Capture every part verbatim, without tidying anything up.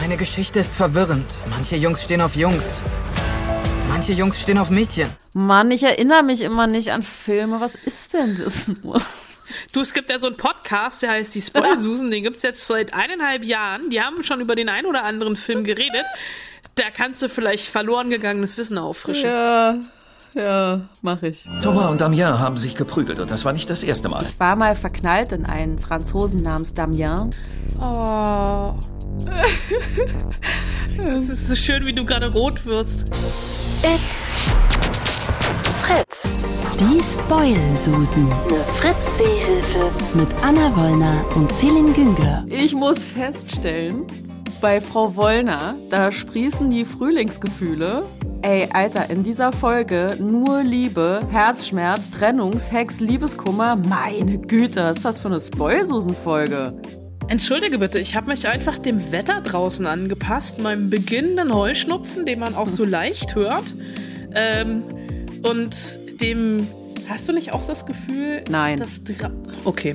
Meine Geschichte ist verwirrend. Manche Jungs stehen auf Jungs. Manche Jungs stehen auf Mädchen. Mann, ich erinnere mich immer nicht an Filme. Was ist denn das nur? Du, es gibt ja so einen Podcast, der heißt die Spoilsusen, den gibt's jetzt seit eineinhalb Jahren. Die haben schon über den ein oder anderen Film geredet. Da kannst du vielleicht verloren gegangenes Wissen auffrischen. Ja, ja, mach ich. Thomas und Damien haben sich geprügelt und das war nicht das erste Mal. Ich war mal verknallt in einen Franzosen namens Damien. Oh. Es ist so schön, wie du gerade rot wirst. It's Fritz. Die Spoilsusen. Eine Fritz-Seehilfe. Mit Anna Wollner und Celine Güngler. Ich muss feststellen, bei Frau Wollner, da sprießen die Frühlingsgefühle. Ey, Alter, in dieser Folge nur Liebe, Herzschmerz, Trennung, Sex, Liebeskummer. Meine Güte, was ist das für eine Spoilsusen-Folge? Entschuldige bitte, ich habe mich einfach dem Wetter draußen angepasst, meinem beginnenden Heuschnupfen, den man auch so leicht hört. Ähm, und dem... Hast du nicht auch das Gefühl... Nein. Dass Dra- okay.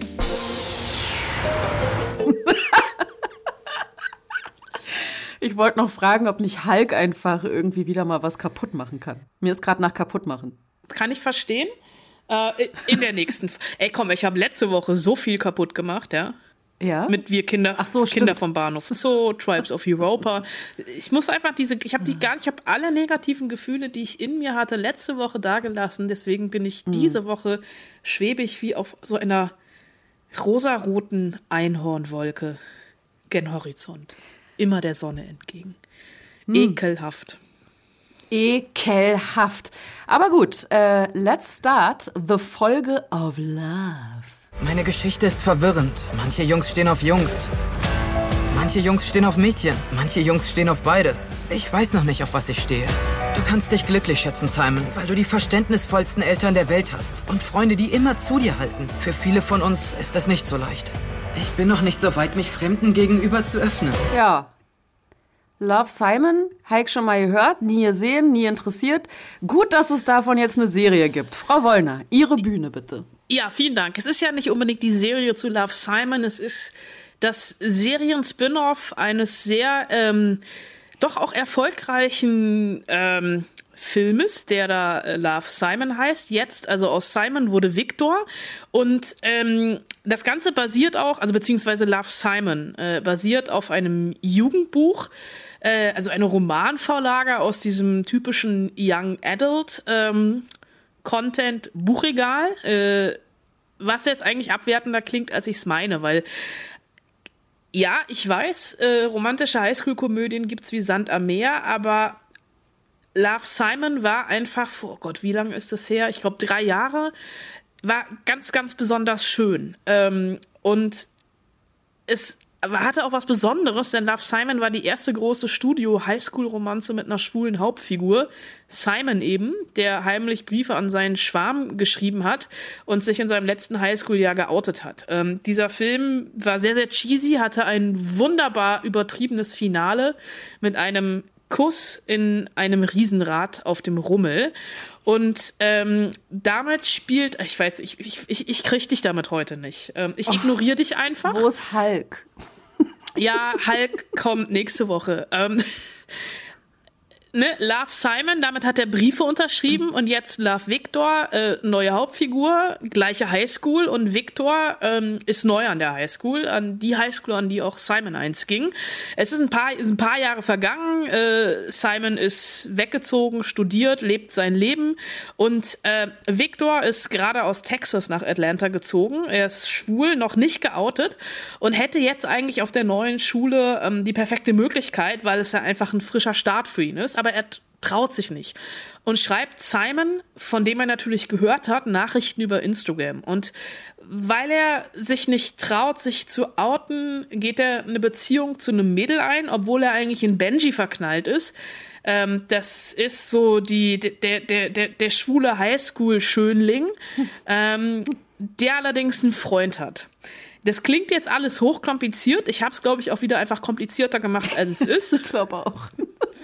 Ich wollte noch fragen, ob nicht Hulk einfach irgendwie wieder mal was kaputt machen kann. Mir ist gerade nach kaputt machen. Kann ich verstehen. Äh, in der nächsten... F- Ey, komm, ich habe letzte Woche so viel kaputt gemacht, ja. Ja? Mit wir Kinder, Ach so, Kinder stimmt. vom Bahnhof Zoo, Tribes of Europa. Ich muss einfach diese, ich habe die gar nicht, ich habe alle negativen Gefühle, die ich in mir hatte, letzte Woche dagelassen. Deswegen bin ich diese Woche schwebig wie auf so einer rosaroten Einhornwolke gen Horizont. Immer der Sonne entgegen. Ekelhaft. Ekelhaft. Aber gut, äh, let's start the Folge of Love. Meine Geschichte ist verwirrend. Manche Jungs stehen auf Jungs. Manche Jungs stehen auf Mädchen. Manche Jungs stehen auf beides. Ich weiß noch nicht, auf was ich stehe. Du kannst dich glücklich schätzen, Simon, weil du die verständnisvollsten Eltern der Welt hast und Freunde, die immer zu dir halten. Für viele von uns ist das nicht so leicht. Ich bin noch nicht so weit, mich Fremden gegenüber zu öffnen. Ja. Love, Simon, Heik schon mal gehört, nie gesehen, nie interessiert. Gut, dass es davon jetzt eine Serie gibt. Frau Wollner, Ihre Bühne bitte. Ja, vielen Dank. Es ist ja nicht unbedingt die Serie zu Love, Simon. Es ist das Serien-Spin-Off eines sehr, ähm, doch auch erfolgreichen ähm, Filmes, der da äh, Love, Simon heißt. Jetzt, also aus Simon wurde Victor. Und ähm, das Ganze basiert auch, also beziehungsweise Love, Simon, äh, basiert auf einem Jugendbuch, äh, also eine Romanvorlage aus diesem typischen Young Adult ähm, Content Buchregal, äh, was jetzt eigentlich abwertender klingt, als ich es meine, weil ja, ich weiß, äh, romantische Highschool-Komödien gibt's wie Sand am Meer, aber Love, Simon war einfach, oh Gott, wie lange ist das her? Ich glaube drei Jahre, war ganz, ganz besonders schön. Ähm, und es hatte auch was Besonderes, denn Love, Simon war die erste große Studio-Highschool-Romanze mit einer schwulen Hauptfigur. Simon eben, der heimlich Briefe an seinen Schwarm geschrieben hat und sich in seinem letzten Highschool-Jahr geoutet hat. Ähm, dieser Film war sehr, sehr cheesy, hatte ein wunderbar übertriebenes Finale mit einem Kuss in einem Riesenrad auf dem Rummel. Und ähm, damit spielt, ich weiß, ich, ich, ich, ich krieg dich damit heute nicht. Ähm, ich ignoriere oh, dich einfach. Wo ist Hulk? Ja, Hulk kommt nächste Woche. Ähm, ne, Love, Simon, damit hat er Briefe unterschrieben und jetzt Love, Victor, äh, neue Hauptfigur, gleiche Highschool und Victor ähm, ist neu an der Highschool, an die Highschool, an die auch Simon einst ging. Es ist ein paar, ist ein paar Jahre vergangen, äh, Simon ist weggezogen, studiert, lebt sein Leben und äh, Victor ist gerade aus Texas nach Atlanta gezogen. Er ist schwul, noch nicht geoutet und hätte jetzt eigentlich auf der neuen Schule ähm, die perfekte Möglichkeit, weil es ja einfach ein frischer Start für ihn ist, aber er traut sich nicht und schreibt Simon, von dem er natürlich gehört hat, Nachrichten über Instagram. Und weil er sich nicht traut, sich zu outen, geht er eine Beziehung zu einem Mädel ein, obwohl er eigentlich in Benji verknallt ist. Ähm, das ist so die, der, der, der, der schwule Highschool-Schönling, ähm, der allerdings einen Freund hat. Das klingt jetzt alles hochkompliziert. Ich habe es, glaube ich, auch wieder einfach komplizierter gemacht, als es ist. Ich glaube auch.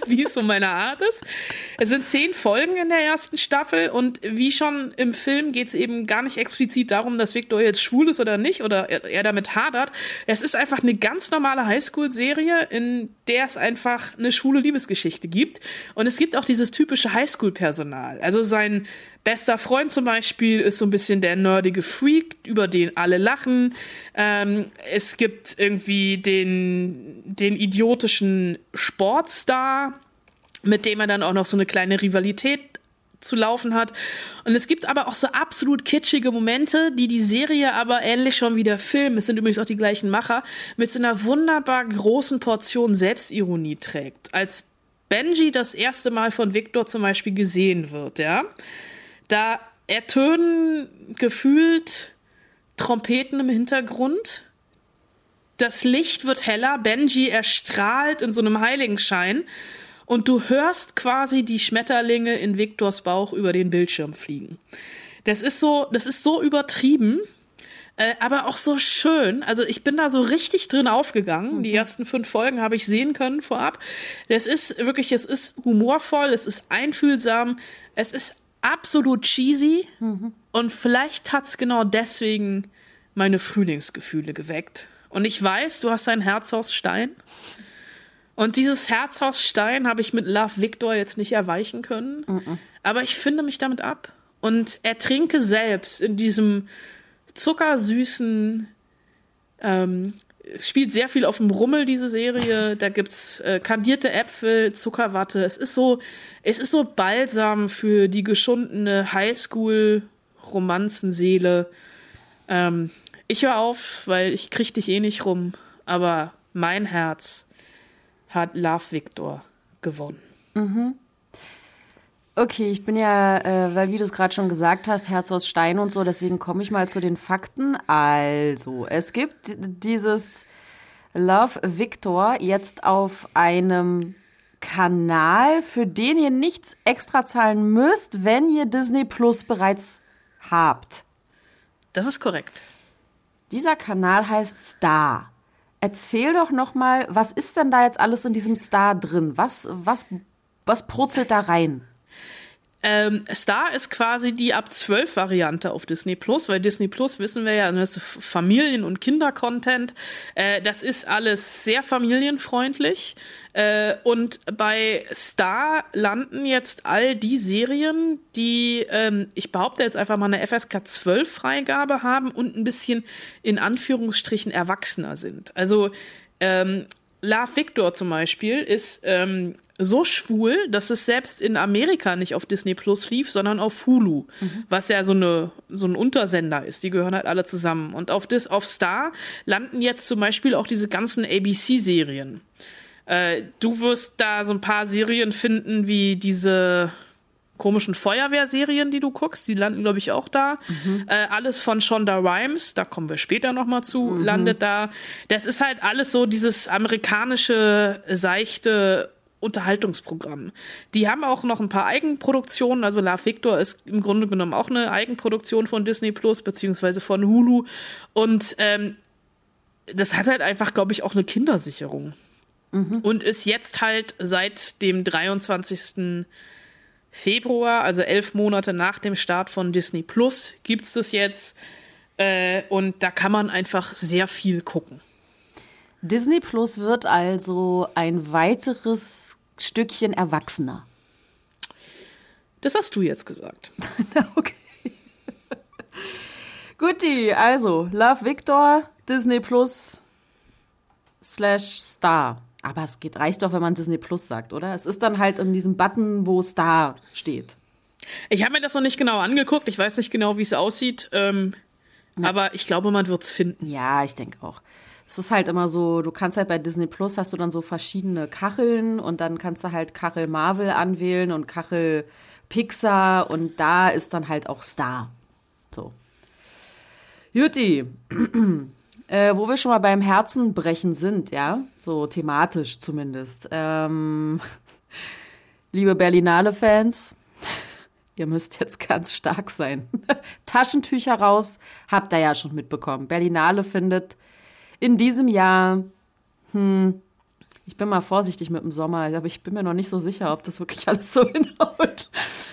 wie es so meine Art ist. Es sind zehn Folgen in der ersten Staffel und wie schon im Film geht es eben gar nicht explizit darum, dass Victor jetzt schwul ist oder nicht oder er, er damit hadert. Es ist einfach eine ganz normale Highschool-Serie, in der es einfach eine schwule Liebesgeschichte gibt. Und es gibt auch dieses typische Highschool-Personal. Also sein bester Freund zum Beispiel ist so ein bisschen der nerdige Freak, über den alle lachen. Ähm, es gibt irgendwie den, den idiotischen Sportstar, mit dem er dann auch noch so eine kleine Rivalität zu laufen hat. Und es gibt aber auch so absolut kitschige Momente, die die Serie aber ähnlich schon wie der Film, es sind übrigens auch die gleichen Macher, mit so einer wunderbar großen Portion Selbstironie trägt. Als Benji das erste Mal von Victor zum Beispiel gesehen wird, ja, da ertönen gefühlt Trompeten im Hintergrund. Das Licht wird heller, Benji erstrahlt in so einem Heiligenschein und du hörst quasi die Schmetterlinge in Victors Bauch über den Bildschirm fliegen. Das ist so, das ist so übertrieben, äh, aber auch so schön. Also ich bin da so richtig drin aufgegangen. Mhm. Die ersten fünf Folgen habe ich sehen können vorab. Das ist wirklich, es ist humorvoll, es ist einfühlsam, es ist absolut cheesy mhm. und vielleicht hat's genau deswegen meine Frühlingsgefühle geweckt. Und ich weiß, du hast ein Herz aus Stein. Und dieses Herz aus Stein habe ich mit Love Victor jetzt nicht erweichen können. Mhm. Aber ich finde mich damit ab und ertrinke selbst in diesem zuckersüßen, ähm, es spielt sehr viel auf dem Rummel, diese Serie. Da gibt's äh, kandierte Äpfel, Zuckerwatte. Es ist so, es ist so Balsam für die geschundene Highschool-Romanzenseele. Ähm, ich höre auf, weil ich krieg dich eh nicht rum. Aber mein Herz hat Love Victor gewonnen. Mhm. Okay, ich bin ja, äh, weil wie du es gerade schon gesagt hast, Herz aus Stein und so, deswegen komme ich mal zu den Fakten. Also, es gibt dieses Love Victor jetzt auf einem Kanal, für den ihr nichts extra zahlen müsst, wenn ihr Disney Plus bereits habt. Das ist korrekt. Dieser Kanal heißt Star. Erzähl doch noch mal, was ist denn da jetzt alles in diesem Star drin? Was, was, was brutzelt da rein? Ähm, Star ist quasi die ab zwölf Variante auf Disney Plus, weil Disney Plus, wissen wir ja, das ist Familien- und Kinder-Content. Äh, das ist alles sehr familienfreundlich. Äh, und bei Star landen jetzt all die Serien, die, ähm, ich behaupte jetzt einfach mal, eine F S K zwölf Freigabe haben und ein bisschen in Anführungsstrichen erwachsener sind. Also ähm, Love Victor zum Beispiel ist ähm, so schwul, dass es selbst in Amerika nicht auf Disney Plus lief, sondern auf Hulu, mhm. was ja so, eine, so ein Untersender ist. Die gehören halt alle zusammen. Und auf, Dis, auf Star landen jetzt zum Beispiel auch diese ganzen A B C-Serien. Äh, du wirst da so ein paar Serien finden, wie diese komischen Feuerwehrserien, die du guckst, die landen, glaube ich, auch da. Mhm. Äh, alles von Shonda Rhimes, da kommen wir später noch mal zu, mhm. landet da. Das ist halt alles so dieses amerikanische, seichte Unterhaltungsprogramm. Die haben auch noch ein paar Eigenproduktionen, also Love Victor ist im Grunde genommen auch eine Eigenproduktion von Disney Plus, beziehungsweise von Hulu. Und ähm, das hat halt einfach, glaube ich, auch eine Kindersicherung. Mhm. Und ist jetzt halt seit dem dreiundzwanzigsten Februar, also elf Monate nach dem Start von Disney Plus, gibt es das jetzt. Äh, und da kann man einfach sehr viel gucken. Disney Plus wird also ein weiteres Stückchen erwachsener. Das hast du jetzt gesagt. Okay. Guti, also Love Victor, Disney Plus slash Star. Aber es geht, reicht doch, wenn man Disney Plus sagt, oder? Es ist dann halt in diesem Button, wo Star steht. Ich habe mir das noch nicht genau angeguckt. Ich weiß nicht genau, wie es aussieht. Ähm, ja. Aber ich glaube, man wird es finden. Ja, ich denke auch. Es ist halt immer so, du kannst halt bei Disney Plus hast du dann so verschiedene Kacheln und dann kannst du halt Kachel Marvel anwählen und Kachel Pixar und da ist dann halt auch Star. So. Jutti. Äh, wo wir schon mal beim Herzenbrechen sind, ja, so thematisch zumindest. Ähm, liebe Berlinale-Fans, ihr müsst jetzt ganz stark sein. Taschentücher raus, habt ihr ja schon mitbekommen. Berlinale findet in diesem Jahr hm, Ich bin mal vorsichtig mit dem Sommer, aber ich bin mir noch nicht so sicher, ob das wirklich alles so hinhaut.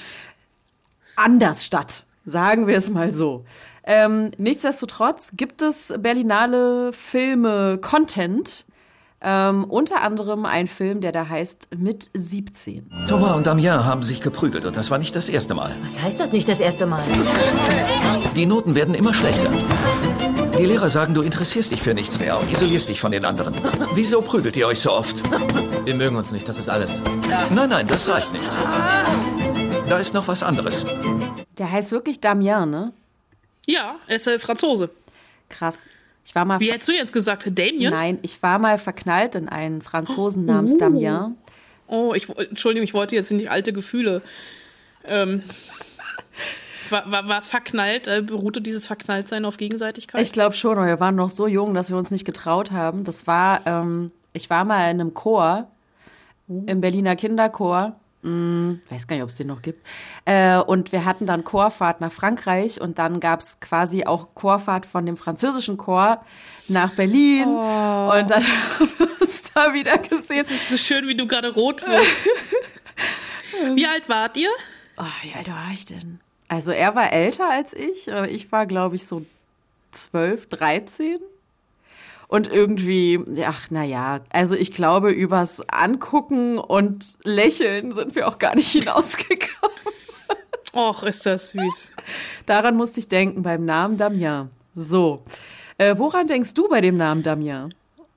Andersstadt, sagen wir es mal so. Ähm, nichtsdestotrotz gibt es Berlinale Filme Content. Ähm, unter anderem ein Film, der da heißt Mit siebzehn. Thomas und Damien haben sich geprügelt und das war nicht das erste Mal. Was heißt das nicht das erste Mal? Die Noten werden immer schlechter. Die Lehrer sagen, du interessierst dich für nichts mehr und isolierst dich von den anderen. Wieso prügelt ihr euch so oft? Wir mögen uns nicht, das ist alles. Nein, nein, das reicht nicht. Da ist noch was anderes. Der heißt wirklich Damien, ne? Ja, er ist äh, Franzose. Krass. Ich war mal Wie hättest du jetzt gesagt, Damien? Nein, ich war mal verknallt in einen Franzosen namens oh. Damien. Oh, ich, Entschuldigung, ich wollte jetzt nicht alte Gefühle. Ähm, war, war, war es verknallt? Äh, beruhte dieses Verknalltsein auf Gegenseitigkeit? Ich glaube schon, aber wir waren noch so jung, dass wir uns nicht getraut haben. Das war, ähm, ich war mal in einem Chor, uh. im Berliner Kinderchor. Hm, weiß gar nicht, ob es den noch gibt. Äh, und wir hatten dann Chorfahrt nach Frankreich und dann gab es quasi auch Chorfahrt von dem französischen Chor nach Berlin. Oh. Und dann haben wir uns da wieder gesehen. Es ist so schön, wie du gerade rot wirst. Wie alt wart ihr? Oh, wie alt war ich denn? Also er war älter als ich. Ich war, glaube ich, so zwölf, dreizehn. Und irgendwie, ach, naja, also ich glaube, übers Angucken und Lächeln sind wir auch gar nicht hinausgekommen. Och, ist das süß. Daran musste ich denken beim Namen Damien. So, äh, woran denkst du bei dem Namen Damien?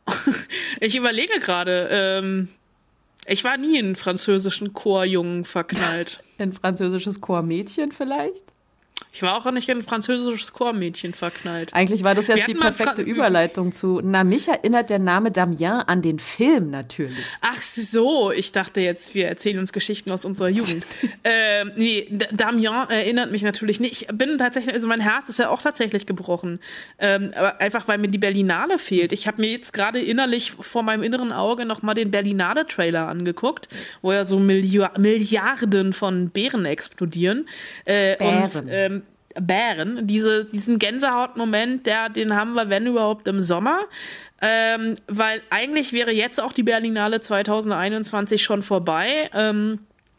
Ich überlege gerade, ähm, ich war nie in französischen Chorjungen verknallt. In französisches Chormädchen vielleicht? Ich war auch nicht in ein französisches Chormädchen verknallt. Eigentlich war das jetzt die perfekte Fra- Überleitung zu, na, mich erinnert der Name Damien an den Film natürlich. Ach so, ich dachte jetzt, wir erzählen uns Geschichten aus unserer Jugend. ähm, nee, Damien erinnert mich natürlich nicht. Ich bin tatsächlich, also mein Herz ist ja auch tatsächlich gebrochen. Ähm, aber einfach, weil mir die Berlinale fehlt. Ich habe mir jetzt gerade innerlich vor meinem inneren Auge nochmal den Berlinale-Trailer angeguckt, wo ja so Milli- Milliarden von Bären explodieren. Äh, Bären. Und, ähm, Bären, diese, diesen Gänsehautmoment, der, den haben wir, wenn überhaupt, im Sommer. Ähm, weil eigentlich wäre jetzt auch die Berlinale zwanzig einundzwanzig schon vorbei. Ähm,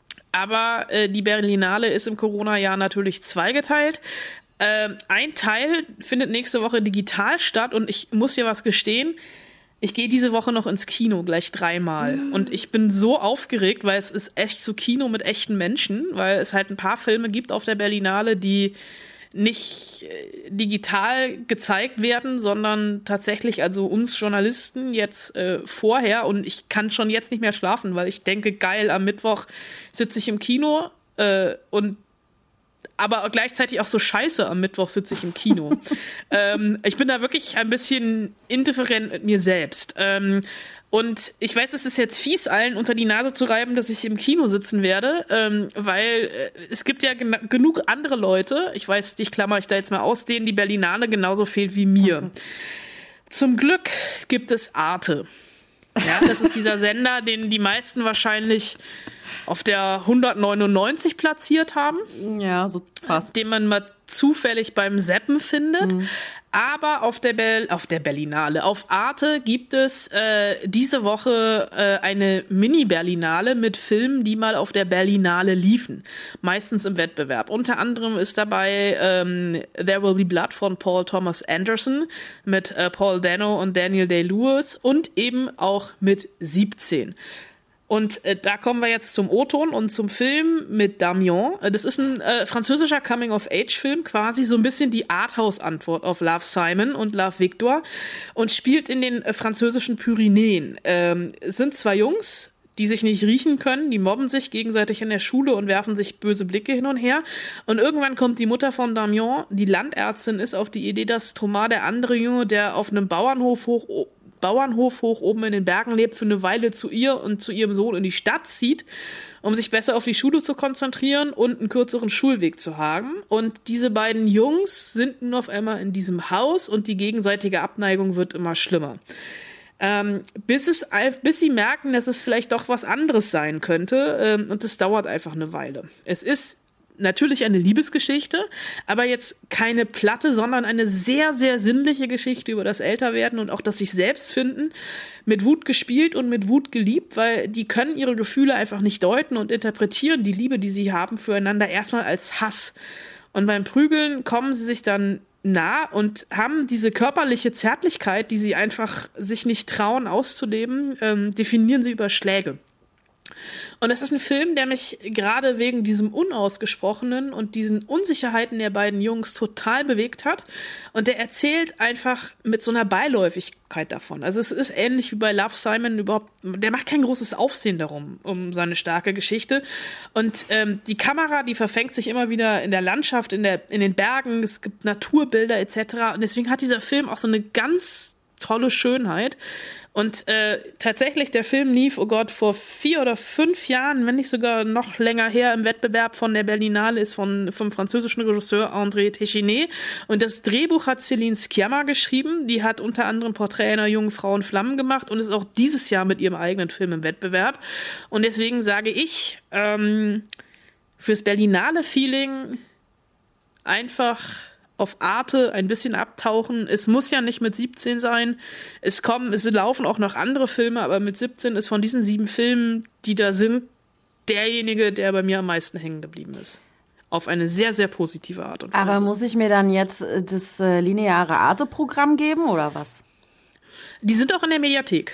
aber äh, die Berlinale ist im Corona-Jahr natürlich zweigeteilt. Ähm, ein Teil findet nächste Woche digital statt und ich muss hier was gestehen. Ich gehe diese Woche noch ins Kino, gleich dreimal. Und ich bin so aufgeregt, weil es ist echt so Kino mit echten Menschen, weil es halt ein paar Filme gibt auf der Berlinale, die nicht äh, digital gezeigt werden, sondern tatsächlich, also uns Journalisten jetzt äh, vorher. Und ich kann schon jetzt nicht mehr schlafen, weil ich denke, geil, am Mittwoch sitze ich im Kino äh, und aber gleichzeitig auch so scheiße, am Mittwoch sitze ich im Kino. ähm, ich bin da wirklich ein bisschen indifferent mit mir selbst. Ähm, und ich weiß, es ist jetzt fies, allen unter die Nase zu reiben, dass ich im Kino sitzen werde, ähm, weil äh, es gibt ja gen- genug andere Leute, ich weiß, ich klammer ich da jetzt mal aus, denen die Berlinale genauso fehlt wie mir. Okay. Zum Glück gibt es Arte. Ja, das ist dieser Sender, den die meisten wahrscheinlich auf der hundertneunundneunzig platziert haben. Ja, so fast. Den man mal zufällig beim Zappen findet. Mhm. Aber auf der, Be- auf der Berlinale, auf Arte gibt es äh, diese Woche äh, eine Mini-Berlinale mit Filmen, die mal auf der Berlinale liefen. Meistens im Wettbewerb. Unter anderem ist dabei ähm, There Will Be Blood von Paul Thomas Anderson mit äh, Paul Dano und Daniel Day-Lewis und eben auch mit siebzehn. Und äh, da kommen wir jetzt zum O-Ton und zum Film mit Damien. Das ist ein äh, französischer Coming-of-Age-Film, quasi so ein bisschen die Arthouse-Antwort auf Love, Simon und Love, Victor und spielt in den äh, französischen Pyrenäen. Ähm, es sind zwei Jungs, die sich nicht riechen können, die mobben sich gegenseitig in der Schule und werfen sich böse Blicke hin und her. Und irgendwann kommt die Mutter von Damien, die Landärztin ist, auf die Idee, dass Thomas, der andere Junge, der auf einem Bauernhof hoch Bauernhof hoch oben in den Bergen lebt, für eine Weile zu ihr und zu ihrem Sohn in die Stadt zieht, um sich besser auf die Schule zu konzentrieren und einen kürzeren Schulweg zu haben. Und diese beiden Jungs sind nun auf einmal in diesem Haus und die gegenseitige Abneigung wird immer schlimmer. Ähm, bis, es, bis sie merken, dass es vielleicht doch was anderes sein könnte. Ähm, und es dauert einfach eine Weile. Es ist natürlich eine Liebesgeschichte, aber jetzt keine platte, sondern eine sehr, sehr sinnliche Geschichte über das Älterwerden und auch das sich selbst finden. Mit Wut gespielt und mit Wut geliebt, weil die können ihre Gefühle einfach nicht deuten und interpretieren die Liebe, die sie haben füreinander, erstmal als Hass. Und beim Prügeln kommen sie sich dann nah und haben diese körperliche Zärtlichkeit, die sie einfach sich nicht trauen auszuleben, ähm, definieren sie über Schläge. Und das ist ein Film, der mich gerade wegen diesem Unausgesprochenen und diesen Unsicherheiten der beiden Jungs total bewegt hat. Und der erzählt einfach mit so einer Beiläufigkeit davon. Also es ist ähnlich wie bei Love, Simon überhaupt, der macht kein großes Aufsehen darum, um seine starke Geschichte. Und ähm, die Kamera, die verfängt sich immer wieder in der Landschaft, in, der, in den Bergen, es gibt Naturbilder et cetera. Und deswegen hat dieser Film auch so eine ganz tolle Schönheit. Und äh, tatsächlich, der Film lief, oh Gott, vor vier oder fünf Jahren, wenn nicht sogar noch länger her, im Wettbewerb von der Berlinale, ist von, vom französischen Regisseur André Téchiné. Und das Drehbuch hat Céline Sciamma geschrieben. Die hat unter anderem Porträt einer jungen Frau in Flammen gemacht und ist auch dieses Jahr mit ihrem eigenen Film im Wettbewerb. Und deswegen sage ich, ähm, fürs Berlinale-Feeling einfach auf Arte ein bisschen abtauchen. Es muss ja nicht mit siebzehn sein. Es kommen, es laufen auch noch andere Filme, aber mit siebzehn ist von diesen sieben Filmen, die da sind, derjenige, der bei mir am meisten hängen geblieben ist. Auf eine sehr, sehr positive Art und Weise. Aber muss ich mir dann jetzt das äh, lineare Arte-Programm geben, oder was? Die sind auch in der Mediathek.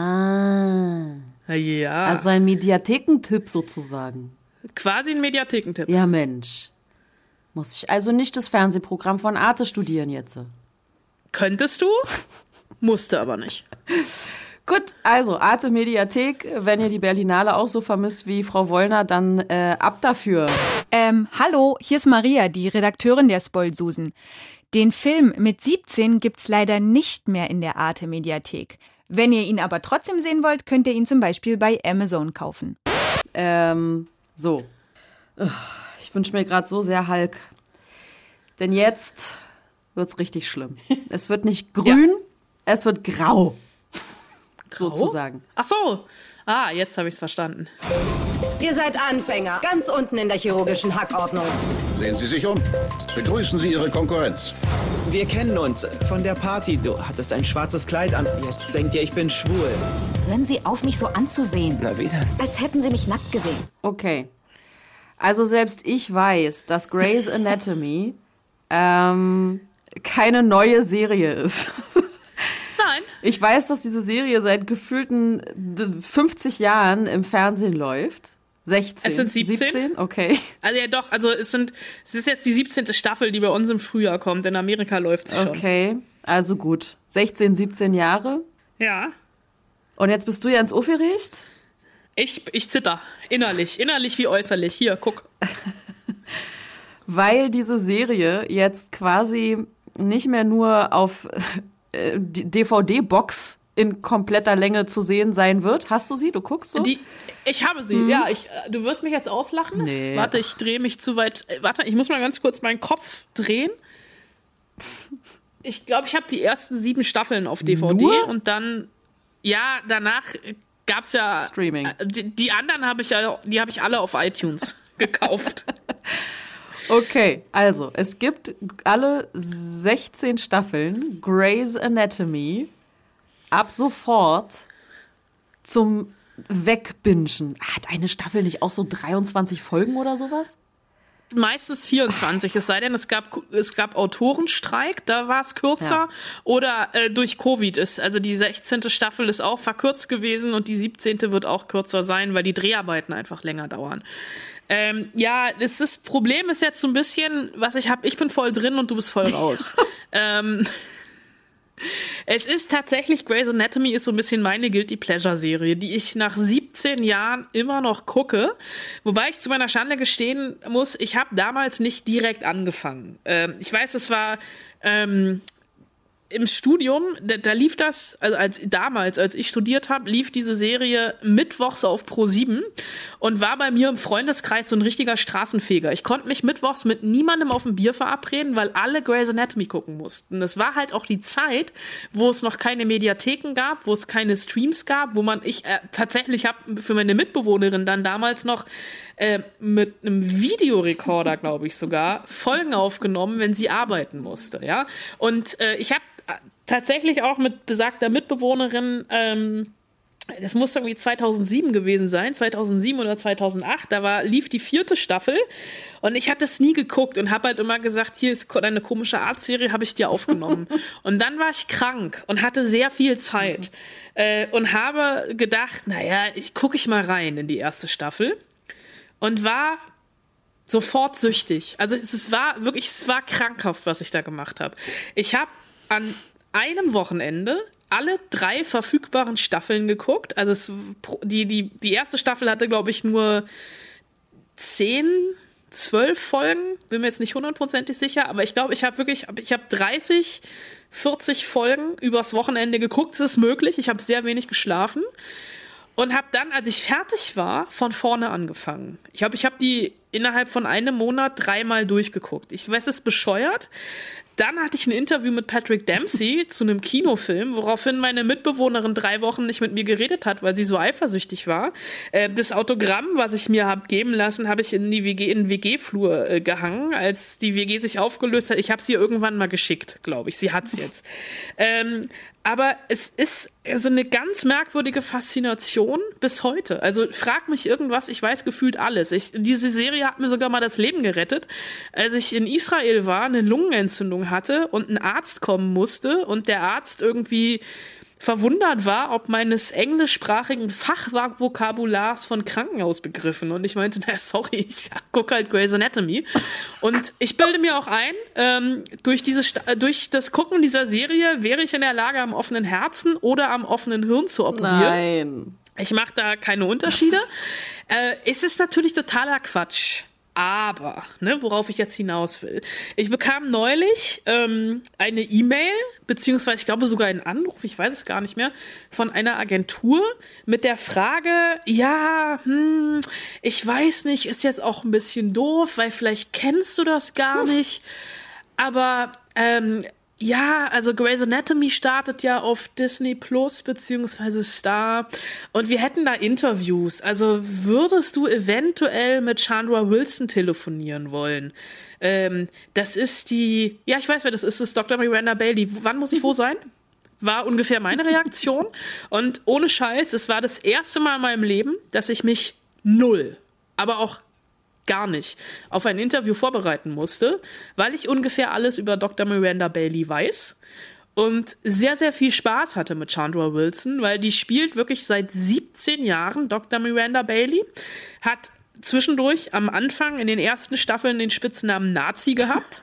Ah. Ja. Also ein Mediathekentipp sozusagen. Quasi ein Mediathekentipp. Ja, Mensch. Muss ich also nicht das Fernsehprogramm von Arte studieren jetzt? Könntest du, musste aber nicht. Gut, also Arte Mediathek, wenn ihr die Berlinale auch so vermisst wie Frau Wollner, dann äh, ab dafür. Ähm, hallo, hier ist Maria, die Redakteurin der Spoilsusen. Den Film mit siebzehn gibt's leider nicht mehr in der Arte Mediathek. Wenn ihr ihn aber trotzdem sehen wollt, könnt ihr ihn zum Beispiel bei Amazon kaufen. Ähm, so. Ich wünsche mir gerade so sehr Hulk. Denn jetzt wird's richtig schlimm. Es wird nicht grün, ja. Es wird grau. Grau? Sozusagen. Ach so. Ah, jetzt habe ich's verstanden. Ihr seid Anfänger, ganz unten in der chirurgischen Hackordnung. Sehen Sie sich um. Begrüßen Sie Ihre Konkurrenz. Wir kennen uns von der Party. Du hattest ein schwarzes Kleid an. Jetzt denkt ihr, ich bin schwul. Hören Sie auf, mich so anzusehen. Na wie denn? Als hätten Sie mich nackt gesehen. Okay. Also selbst ich weiß, dass Grey's Anatomy ähm, keine neue Serie ist. Nein. Ich weiß, dass diese Serie seit gefühlten fünfzig Jahren im Fernsehen läuft. sechzehn. Es sind siebzehn. siebzehn? Okay. Also ja doch, also es sind, es ist jetzt die siebzehnte Staffel, die bei uns im Frühjahr kommt. In Amerika läuft sie schon. Okay, also gut. sechzehn, siebzehn Jahre. Ja. Und jetzt bist du ja ins Aufgericht? Ich, ich zitter. Innerlich. Innerlich wie äußerlich. Hier, guck. Weil diese Serie jetzt quasi nicht mehr nur auf äh, D V D-Box in kompletter Länge zu sehen sein wird. Hast du sie? Du guckst so? Die, ich habe sie, hm. ja. Ich, du wirst mich jetzt auslachen. Nee. Warte, ich drehe mich zu weit. Warte, ich muss mal ganz kurz meinen Kopf drehen. Ich glaube, ich habe die ersten sieben Staffeln auf D V D. Nur? Und dann, ja, danach gab's ja Streaming. Die, die anderen habe ich ja, die habe ich alle auf iTunes gekauft. Okay, also es gibt alle sechzehn Staffeln Grey's Anatomy ab sofort zum Wegbingen. Hat eine Staffel nicht auch so dreiundzwanzig Folgen oder sowas? Meistens vierundzwanzig, es sei denn, es gab, es gab Autorenstreik, da war es kürzer. Ja. Oder äh, durch Covid ist, also die sechzehnte Staffel ist auch verkürzt gewesen und die siebzehnte wird auch kürzer sein, weil die Dreharbeiten einfach länger dauern. Ähm, ja, das, das Problem ist jetzt so ein bisschen, was ich habe, ich bin voll drin und du bist voll raus. ähm, es ist tatsächlich, Grey's Anatomy ist so ein bisschen meine Guilty Pleasure Serie, die ich nach siebzehn Jahren immer noch gucke. Wobei ich zu meiner Schande gestehen muss, ich habe damals nicht direkt angefangen. Ähm, ich weiß, es war ähm, im Studium, da, da lief das, also als damals, als ich studiert habe, lief diese Serie mittwochs auf Pro sieben und war bei mir im Freundeskreis so ein richtiger Straßenfeger. Ich konnte mich mittwochs mit niemandem auf ein Bier verabreden, weil alle Grey's Anatomy gucken mussten. Das war halt auch die Zeit, wo es noch keine Mediatheken gab, wo es keine Streams gab, wo man, ich äh, tatsächlich habe für meine Mitbewohnerin dann damals noch äh, mit einem Videorekorder, glaube ich sogar, Folgen aufgenommen, wenn sie arbeiten musste, ja. Und äh, ich habe tatsächlich auch mit besagter Mitbewohnerin, ähm, das muss irgendwie zweitausendsieben gewesen sein, zweitausendsieben oder zweitausendacht, da war, lief die vierte Staffel und ich hatte es nie geguckt und habe halt immer gesagt, hier ist eine komische Arztserie, habe ich dir aufgenommen. Und dann war ich krank und hatte sehr viel Zeit äh, und habe gedacht, naja, ich gucke ich mal rein in die erste Staffel und war sofort süchtig. Also es, es war wirklich, es war krankhaft, was ich da gemacht habe. Ich habe an einem Wochenende alle drei verfügbaren Staffeln geguckt. Also es, die, die, die erste Staffel hatte, glaube ich, nur zehn, zwölf Folgen. Bin mir jetzt nicht hundertprozentig sicher, aber ich glaube, ich habe wirklich, ich habe dreißig, vierzig Folgen übers Wochenende geguckt. Das ist möglich. Ich habe sehr wenig geschlafen. Und habe dann, als ich fertig war, von vorne angefangen. Ich glaube, ich habe die innerhalb von einem Monat dreimal durchgeguckt. Ich weiß, es ist bescheuert. Dann hatte ich ein Interview mit Patrick Dempsey zu einem Kinofilm, woraufhin meine Mitbewohnerin drei Wochen nicht mit mir geredet hat, weil sie so eifersüchtig war. Das Autogramm, was ich mir habe geben lassen, habe ich in die W G, in den W G-Flur gehangen, als die W G sich aufgelöst hat. Ich habe sie irgendwann mal geschickt, glaube ich. Sie hat's jetzt. ähm, aber es ist so eine ganz merkwürdige Faszination bis heute. Also frag mich irgendwas, ich weiß gefühlt alles. Ich, diese Serie hat mir sogar mal das Leben gerettet. Als ich in Israel war, eine Lungenentzündung hatte und ein Arzt kommen musste und der Arzt irgendwie verwundert war, ob meines englischsprachigen Fachvokabulars von Krankenhausbegriffen. Und ich meinte, na sorry, ich gucke halt Grey's Anatomy. Und ich bilde mir auch ein, ähm, durch, diese, durch das Gucken dieser Serie wäre ich in der Lage, am offenen Herzen oder am offenen Hirn zu operieren. Nein. Ich mache da keine Unterschiede. äh, es ist natürlich totaler Quatsch. Aber, ne, worauf ich jetzt hinaus will. Ich bekam neulich ähm, eine E-Mail, beziehungsweise ich glaube sogar einen Anruf, ich weiß es gar nicht mehr, von einer Agentur mit der Frage, ja, hm, ich weiß nicht, ist jetzt auch ein bisschen doof, weil vielleicht kennst du das gar nicht, aber ähm, ja, also Grey's Anatomy startet ja auf Disney Plus beziehungsweise Star und wir hätten da Interviews. Also würdest du eventuell mit Chandra Wilson telefonieren wollen? Ähm, das ist die, ja, ich weiß, wer das ist, das ist Doktor Miranda Bailey. Wann muss ich wo sein? War ungefähr meine Reaktion. Und ohne Scheiß, es war das erste Mal in meinem Leben, dass ich mich null, aber auch gar nicht auf ein Interview vorbereiten musste, weil ich ungefähr alles über Doktor Miranda Bailey weiß und sehr, sehr viel Spaß hatte mit Chandra Wilson, weil die spielt wirklich seit siebzehn Jahren Doktor Miranda Bailey, hat zwischendurch am Anfang in den ersten Staffeln den Spitznamen Nazi gehabt,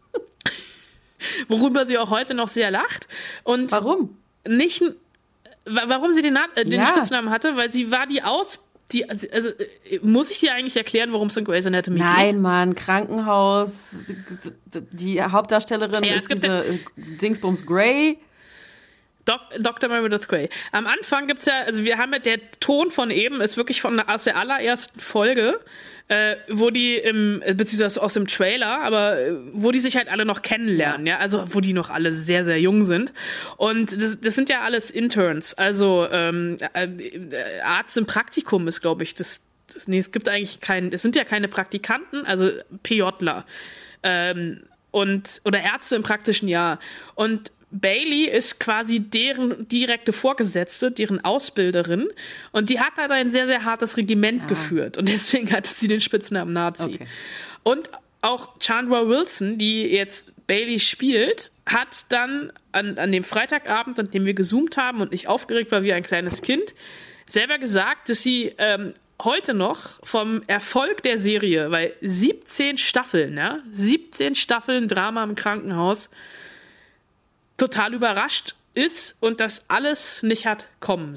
worüber sie auch heute noch sehr lacht. Und warum? Nicht, warum sie den, Na- äh, den ja. Spitznamen hatte, weil sie war die Aus Die, also, muss ich dir eigentlich erklären, worum es in Grey's Anatomy geht? Nein, Mann, Krankenhaus, die Hauptdarstellerin ja, ist diese Dingsbums Grey. Doc, Doktor Meredith Grey. Am Anfang gibt's ja, also wir haben ja, der Ton von eben ist wirklich von, aus der allerersten Folge, äh, wo die im, beziehungsweise aus dem Trailer, aber äh, wo die sich halt alle noch kennenlernen, ja, also wo die noch alle sehr, sehr jung sind. Und das, das sind ja alles Interns, also ähm, äh, Arzt im Praktikum ist, glaube ich, das, das, nee, es gibt eigentlich keinen, es sind ja keine Praktikanten, also PJler. Ähm, und, oder Ärzte im praktischen Jahr. Und Bailey ist quasi deren direkte Vorgesetzte, deren Ausbilderin. Und die hat halt ein sehr, sehr hartes Regiment ah. geführt. Und deswegen hatte sie den Spitznamen Nazi. Okay. Und auch Chandra Wilson, die jetzt Bailey spielt, hat dann an, an dem Freitagabend, an dem wir gezoomt haben und ich aufgeregt war wie ein kleines Kind, selber gesagt, dass sie ähm, heute noch vom Erfolg der Serie, weil siebzehn Staffeln, ja, siebzehn Staffeln Drama im Krankenhaus, total überrascht ist und das alles nicht hat kommen sehen.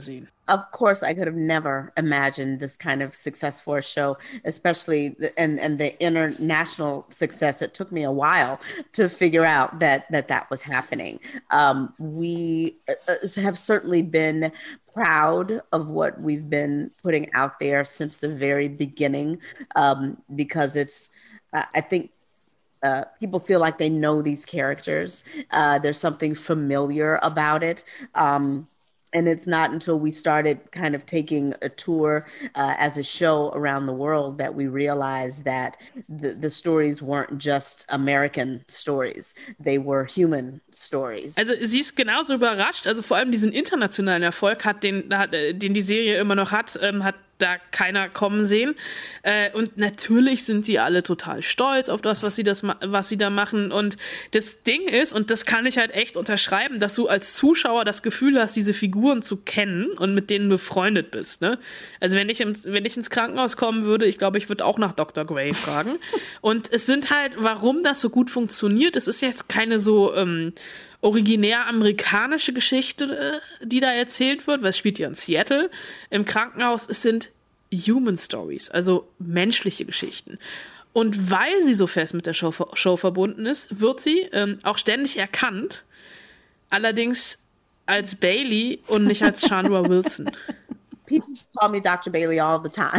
of course, I could have never imagined this kind of success for a show, especially the, and and the international success. It took me a while to figure out that that that was happening. Um, we have certainly been proud of what we've been putting out there since the very beginning, um, because it's, uh, I think, uh, people feel like they know these characters. Uh, there's something familiar about it. Um, And it's not until we started kind of taking a tour uh, as a show around the world that we realized that the, the stories weren't just American stories. They were human stories. Also sie ist genauso überrascht. Also vor allem diesen internationalen Erfolg hat, den, den die Serie immer noch hat, ähm, hat da keiner kommen sehen. Äh, und natürlich sind die alle total stolz auf das, was sie, das, was sie da machen. Und das Ding ist, und das kann ich halt echt unterschreiben, dass du als Zuschauer das Gefühl hast, diese Figuren zu kennen und mit denen befreundet bist. Ne? Also wenn ich, im, wenn ich ins Krankenhaus kommen würde, ich glaube, ich würde auch nach Doktor Grey fragen. Und es sind halt, warum das so gut funktioniert, es ist jetzt keine so ähm, originär amerikanische Geschichte, die da erzählt wird, weil es spielt ja in Seattle. Im Krankenhaus, es sind Human Stories, also menschliche Geschichten. Und weil sie so fest mit der Show, Show verbunden ist, wird sie ähm, auch ständig erkannt, allerdings als Bailey und nicht als Chandra Wilson. People call me Doctor Bailey all the time.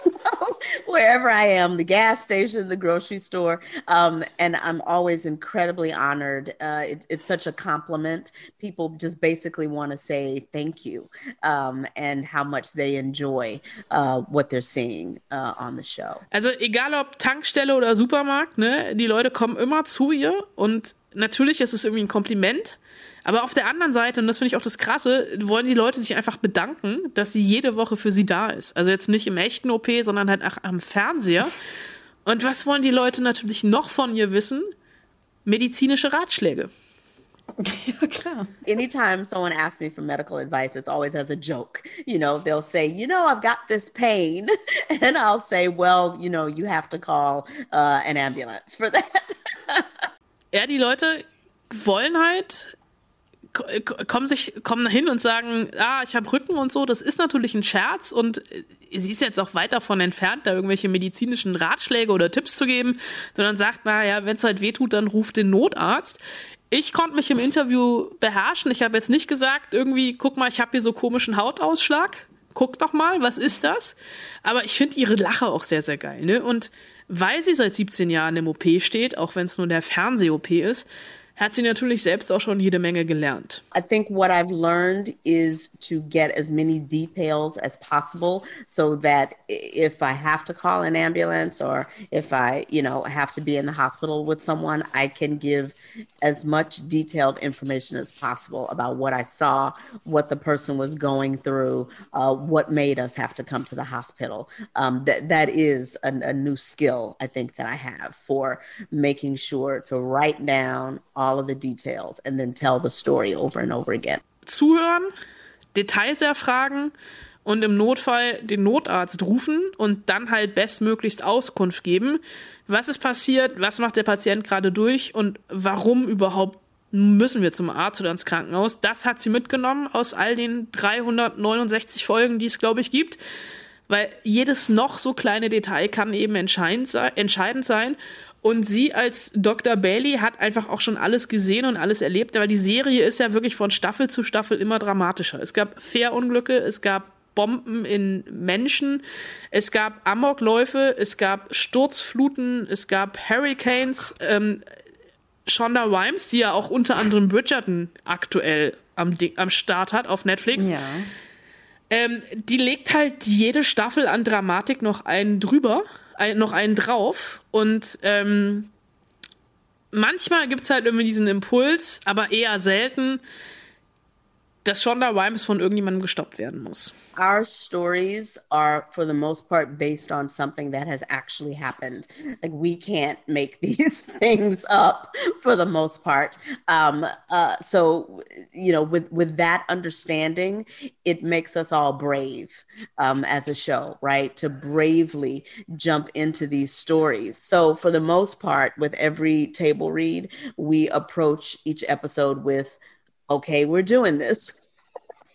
Wherever I am, the gas station, the grocery store, um, and I'm always incredibly honored. Uh, it's, it's such a compliment. People just basically want to say thank you um, and how much they enjoy uh, what they're seeing uh, on the show. Also egal ob Tankstelle oder Supermarkt, ne, die Leute kommen immer zu ihr und natürlich ist es irgendwie ein Kompliment. Aber auf der anderen Seite, und das finde ich auch das Krasse, wollen die Leute sich einfach bedanken, dass sie jede Woche für sie da ist. Also jetzt nicht im echten O P, sondern halt auch am Fernseher. Und was wollen die Leute natürlich noch von ihr wissen? Medizinische Ratschläge. Ja, klar. Anytime someone asks me for medical advice, it's always as a joke. You know, they'll say, you know, I've got this pain. And I'll say, well, you know, you have to call uh, an ambulance for that. Ja, die Leute wollen halt... kommen sich kommen hin und sagen, ah, ich habe Rücken und so, das ist natürlich ein Scherz und sie ist jetzt auch weit davon entfernt, da irgendwelche medizinischen Ratschläge oder Tipps zu geben, sondern sagt, naja, wenn es halt wehtut, dann ruft den Notarzt. Ich konnte mich im Interview beherrschen, ich habe jetzt nicht gesagt, irgendwie, guck mal, ich habe hier so komischen Hautausschlag, guck doch mal, was ist das? Aber ich finde ihre Lache auch sehr, sehr geil, ne? Und weil sie seit siebzehn Jahren im O P steht, auch wenn es nur der Fernseh-O P ist, hat sie natürlich selbst auch schon jede Menge gelernt. I think what I've learned is to get as many details as possible so that if I have to call an ambulance or if I, you know, have to be in the hospital with someone, I can give as much detailed information as possible about what I saw, what the person was going through, uh, what made us have to come to the hospital. Um, that that is a, a new skill, I think, that I have for making sure to write down all of the details and then tell the story over and over again. Zuhören, Details erfragen und im Notfall den Notarzt rufen und dann halt bestmöglichst Auskunft geben. Was ist passiert? Was macht der Patient gerade durch? Und warum überhaupt müssen wir zum Arzt oder ins Krankenhaus? Das hat sie mitgenommen aus all den dreihundertneunundsechzig Folgen, die es, glaube ich, gibt. Weil jedes noch so kleine Detail kann eben entscheidend sein. Und sie als Doktor Bailey hat einfach auch schon alles gesehen und alles erlebt. Aber die Serie ist ja wirklich von Staffel zu Staffel immer dramatischer. Es gab Fährunglücke, es gab Bomben in Menschen, es gab Amokläufe, es gab Sturzfluten, es gab Hurricanes. Ähm, Shonda Rhimes, die ja auch unter anderem Bridgerton aktuell am, am Start hat auf Netflix, ja. ähm, die legt halt jede Staffel an Dramatik noch einen drüber. Ein, noch einen drauf und ähm, manchmal gibt es halt irgendwie diesen Impuls, aber eher selten, dass Shonda Rhimes von irgendjemandem gestoppt werden muss. Our stories are, for the most part, based on something that has actually happened. Like, we can't make these things up for the most part. Um, uh, so, you know, with, with that understanding, it makes us all brave um, as a show, right? To bravely jump into these stories. So, for the most part, with every table read, we approach each episode with, okay, we're doing this.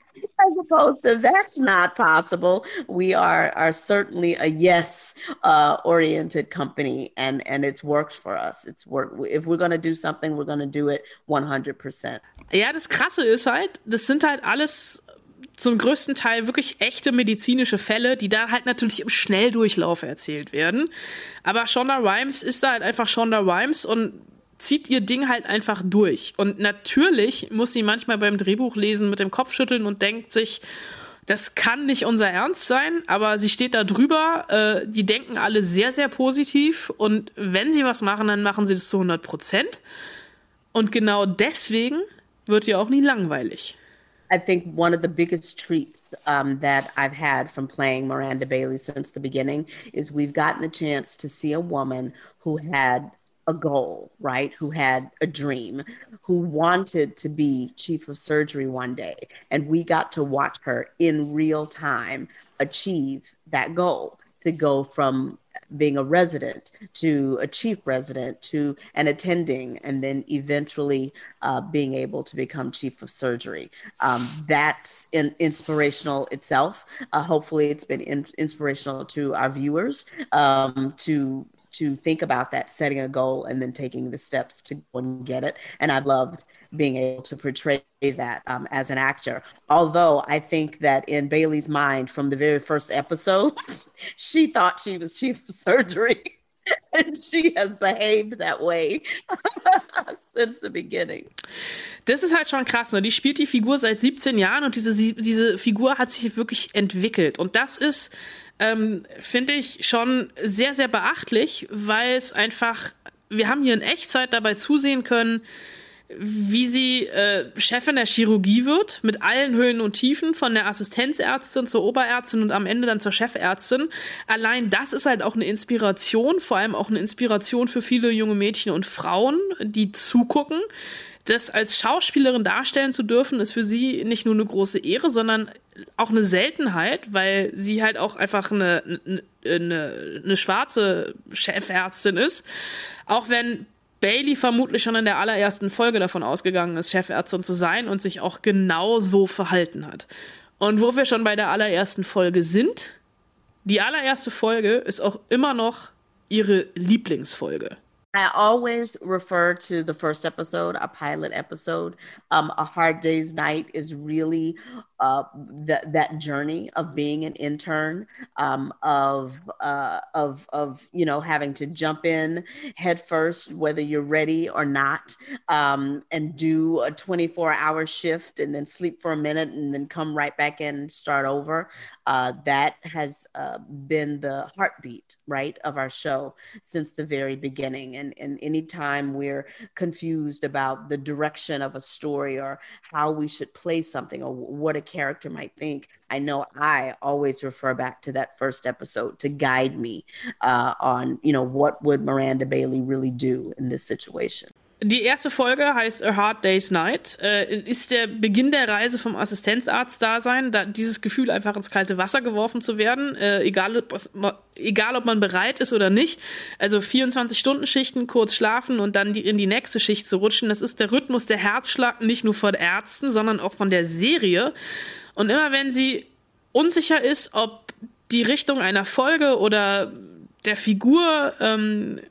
As opposed to that's not possible. We are are certainly a yes uh, oriented company, and and it's worked for us. It's work. If we're going to do something, we're going to do it one hundred percent. Ja, das Krasse ist halt, das sind halt alles zum größten Teil wirklich echte medizinische Fälle, die da halt natürlich im Schnelldurchlauf erzählt werden. Aber Shonda Rhimes ist da halt einfach Shonda Rhimes und zieht ihr Ding halt einfach durch. Und natürlich muss sie manchmal beim Drehbuch lesen mit dem Kopf schütteln und denkt sich, das kann nicht unser Ernst sein, aber sie steht da drüber, äh, die denken alle sehr, sehr positiv und wenn sie was machen, dann machen sie das zu hundert Prozent. Und genau deswegen wird ihr auch nie langweilig. I think one of the biggest treats um, that I've had from playing Miranda Bailey since the beginning is we've gotten the chance to see a woman who had a goal, right? Who had a dream, who wanted to be chief of surgery one day. And we got to watch her in real time achieve that goal, to go from being a resident to a chief resident to an attending, and then eventually uh, being able to become chief of surgery. Um, that's in, inspirational itself. Uh, hopefully it's been in, inspirational to our viewers um, to to think about that, setting a goal and then taking the steps to go and get it. And I've loved being able to portray that um, as an actor. Although I think that in Bailey's mind from the very first episode, she thought she was chief of surgery. And she has behaved that way since the beginning. Das ist halt schon krass, ne? Die spielt die Figur seit siebzehn Jahren und diese, diese Figur hat sich wirklich entwickelt. Und das ist, ähm, finde ich, schon sehr, sehr beachtlich, weil es einfach, wir haben hier in Echtzeit dabei zusehen können, wie sie äh, Chefin der Chirurgie wird, mit allen Höhen und Tiefen, von der Assistenzärztin zur Oberärztin und am Ende dann zur Chefärztin. Allein das ist halt auch eine Inspiration, vor allem auch eine Inspiration für viele junge Mädchen und Frauen, die zugucken. Das als Schauspielerin darstellen zu dürfen, ist für sie nicht nur eine große Ehre, sondern auch eine Seltenheit, weil sie halt auch einfach eine, eine, eine, eine schwarze Chefärztin ist. Auch wenn Bailey vermutlich schon in der allerersten Folge davon ausgegangen ist, Chefärztin zu sein und sich auch genau so verhalten hat. Und wo wir schon bei der allerersten Folge sind, die allererste Folge ist auch immer noch ihre Lieblingsfolge. I always refer to the first episode, a pilot episode. Um, A Hard Day's Night is really uh, that that journey of being an intern, um, of uh, of of you know having to jump in head first, whether you're ready or not, um, and do a twenty-four hour shift and then sleep for a minute and then come right back in and start over. Uh, that has uh, been the heartbeat, right, of our show since the very beginning. And, and anytime we're confused about the direction of a story or how we should play something or what a character might think, I know I always refer back to that first episode to guide me uh, on, you know, what would Miranda Bailey really do in this situation. Die erste Folge heißt A Hard Day's Night, äh, ist der Beginn der Reise vom Assistenzarzt-Dasein, da dieses Gefühl einfach ins kalte Wasser geworfen zu werden, äh, egal, ob, egal ob man bereit ist oder nicht. Also vierundzwanzig-Stunden-Schichten, kurz schlafen und dann die, in die nächste Schicht zu rutschen. Das ist der Rhythmus, der Herzschlag, nicht nur von Ärzten, sondern auch von der Serie. Und immer wenn sie unsicher ist, ob die Richtung einer Folge oder der Figur ähm,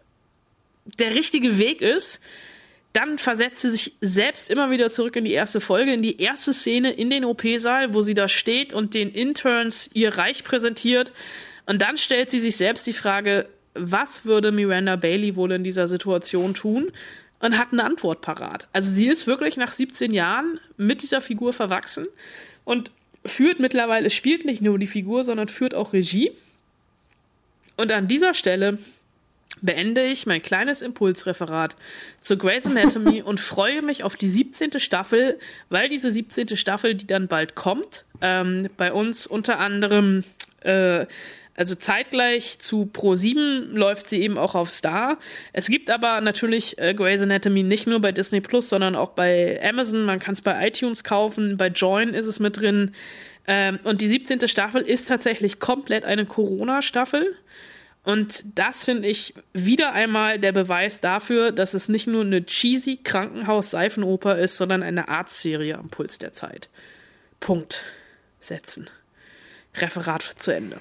der richtige Weg ist, dann versetzt sie sich selbst immer wieder zurück in die erste Folge, in die erste Szene in den O P-Saal, wo sie da steht und den Interns ihr Reich präsentiert. Und dann stellt sie sich selbst die Frage, was würde Miranda Bailey wohl in dieser Situation tun? Und hat eine Antwort parat. Also sie ist wirklich nach siebzehn Jahren mit dieser Figur verwachsen und führt mittlerweile, spielt nicht nur die Figur, sondern führt auch Regie. Und an dieser Stelle beende ich mein kleines Impulsreferat zu Grey's Anatomy und freue mich auf die siebzehnte Staffel, weil diese siebzehnte Staffel, die dann bald kommt, ähm, bei uns unter anderem, äh, also zeitgleich zu Pro sieben läuft sie eben auch auf Star. Es gibt aber natürlich äh, Grey's Anatomy nicht nur bei Disney Plus, sondern auch bei Amazon. Man kann es bei iTunes kaufen, bei Join ist es mit drin. Ähm, und die siebzehnte Staffel ist tatsächlich komplett eine Corona-Staffel. Und das finde ich wieder einmal der Beweis dafür, dass es nicht nur eine cheesy Krankenhaus-Seifenoper ist, sondern eine Arztserie am Puls der Zeit. Punkt setzen. Referat zu Ende.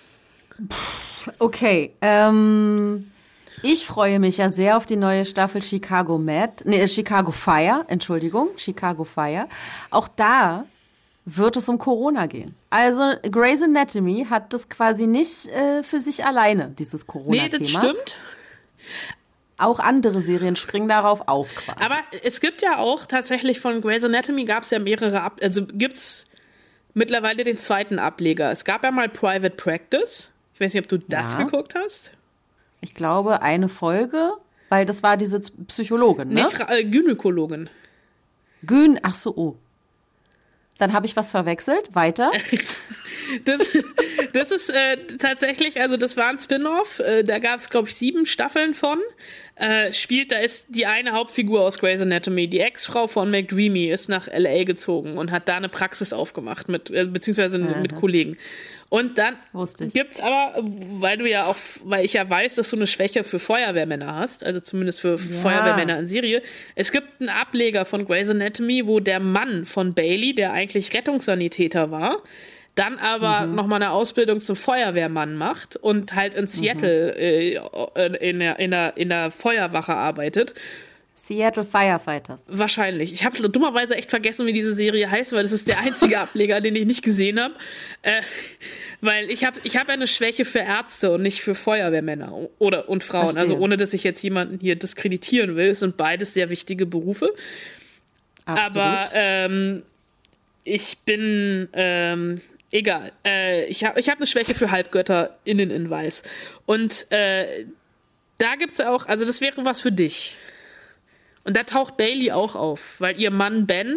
Okay, ähm, ich freue mich ja sehr auf die neue Staffel Chicago Med, nee, Chicago Fire, Entschuldigung, Chicago Fire. Auch da wird es um Corona gehen. Also Grey's Anatomy hat das quasi nicht äh, für sich alleine, dieses Corona-Thema. Nee, das stimmt. Auch andere Serien springen darauf auf quasi. Aber es gibt ja auch tatsächlich von Grey's Anatomy gab es ja mehrere, Ab- also gibt's mittlerweile den zweiten Ableger. Es gab ja mal Private Practice. Ich weiß nicht, ob du das ja. geguckt hast. Ich glaube, eine Folge, weil das war diese Psychologin, ne? Nee, Fra- äh, Gynäkologin. Gyn, ach so, oh. Dann habe ich was verwechselt. Weiter. das, das ist äh, tatsächlich, also das war ein Spin-off. Äh, da gab es, glaube ich, sieben Staffeln von. Äh, spielt, da ist die eine Hauptfigur aus Grey's Anatomy, die Ex-Frau von McDreamy, ist nach L A gezogen und hat da eine Praxis aufgemacht, mit, äh, beziehungsweise mhm. mit Kollegen. Und dann gibt's aber, weil du ja auch, weil ich ja weiß, dass du eine Schwäche für Feuerwehrmänner hast, also zumindest für ja. Feuerwehrmänner in Serie. Es gibt einen Ableger von Grey's Anatomy, wo der Mann von Bailey, der eigentlich Rettungssanitäter war, dann aber mhm. nochmal eine Ausbildung zum Feuerwehrmann macht und halt in Seattle mhm. äh, in, der, in, der, in der Feuerwache arbeitet. Seattle Firefighters. Wahrscheinlich. Ich habe dummerweise echt vergessen, wie diese Serie heißt, weil das ist der einzige Ableger, den ich nicht gesehen habe. Äh, weil ich habe ich hab eine Schwäche für Ärzte und nicht für Feuerwehrmänner oder, und Frauen. Verstehe. Also ohne, dass ich jetzt jemanden hier diskreditieren will. Es sind beides sehr wichtige Berufe. Absolut. Aber ähm, ich bin... Ähm, Egal. Äh, ich habe ich hab eine Schwäche für Halbgötter innen in Weiß. Und äh, da gibt es auch, also das wäre was für dich. Und da taucht Bailey auch auf, weil ihr Mann Ben,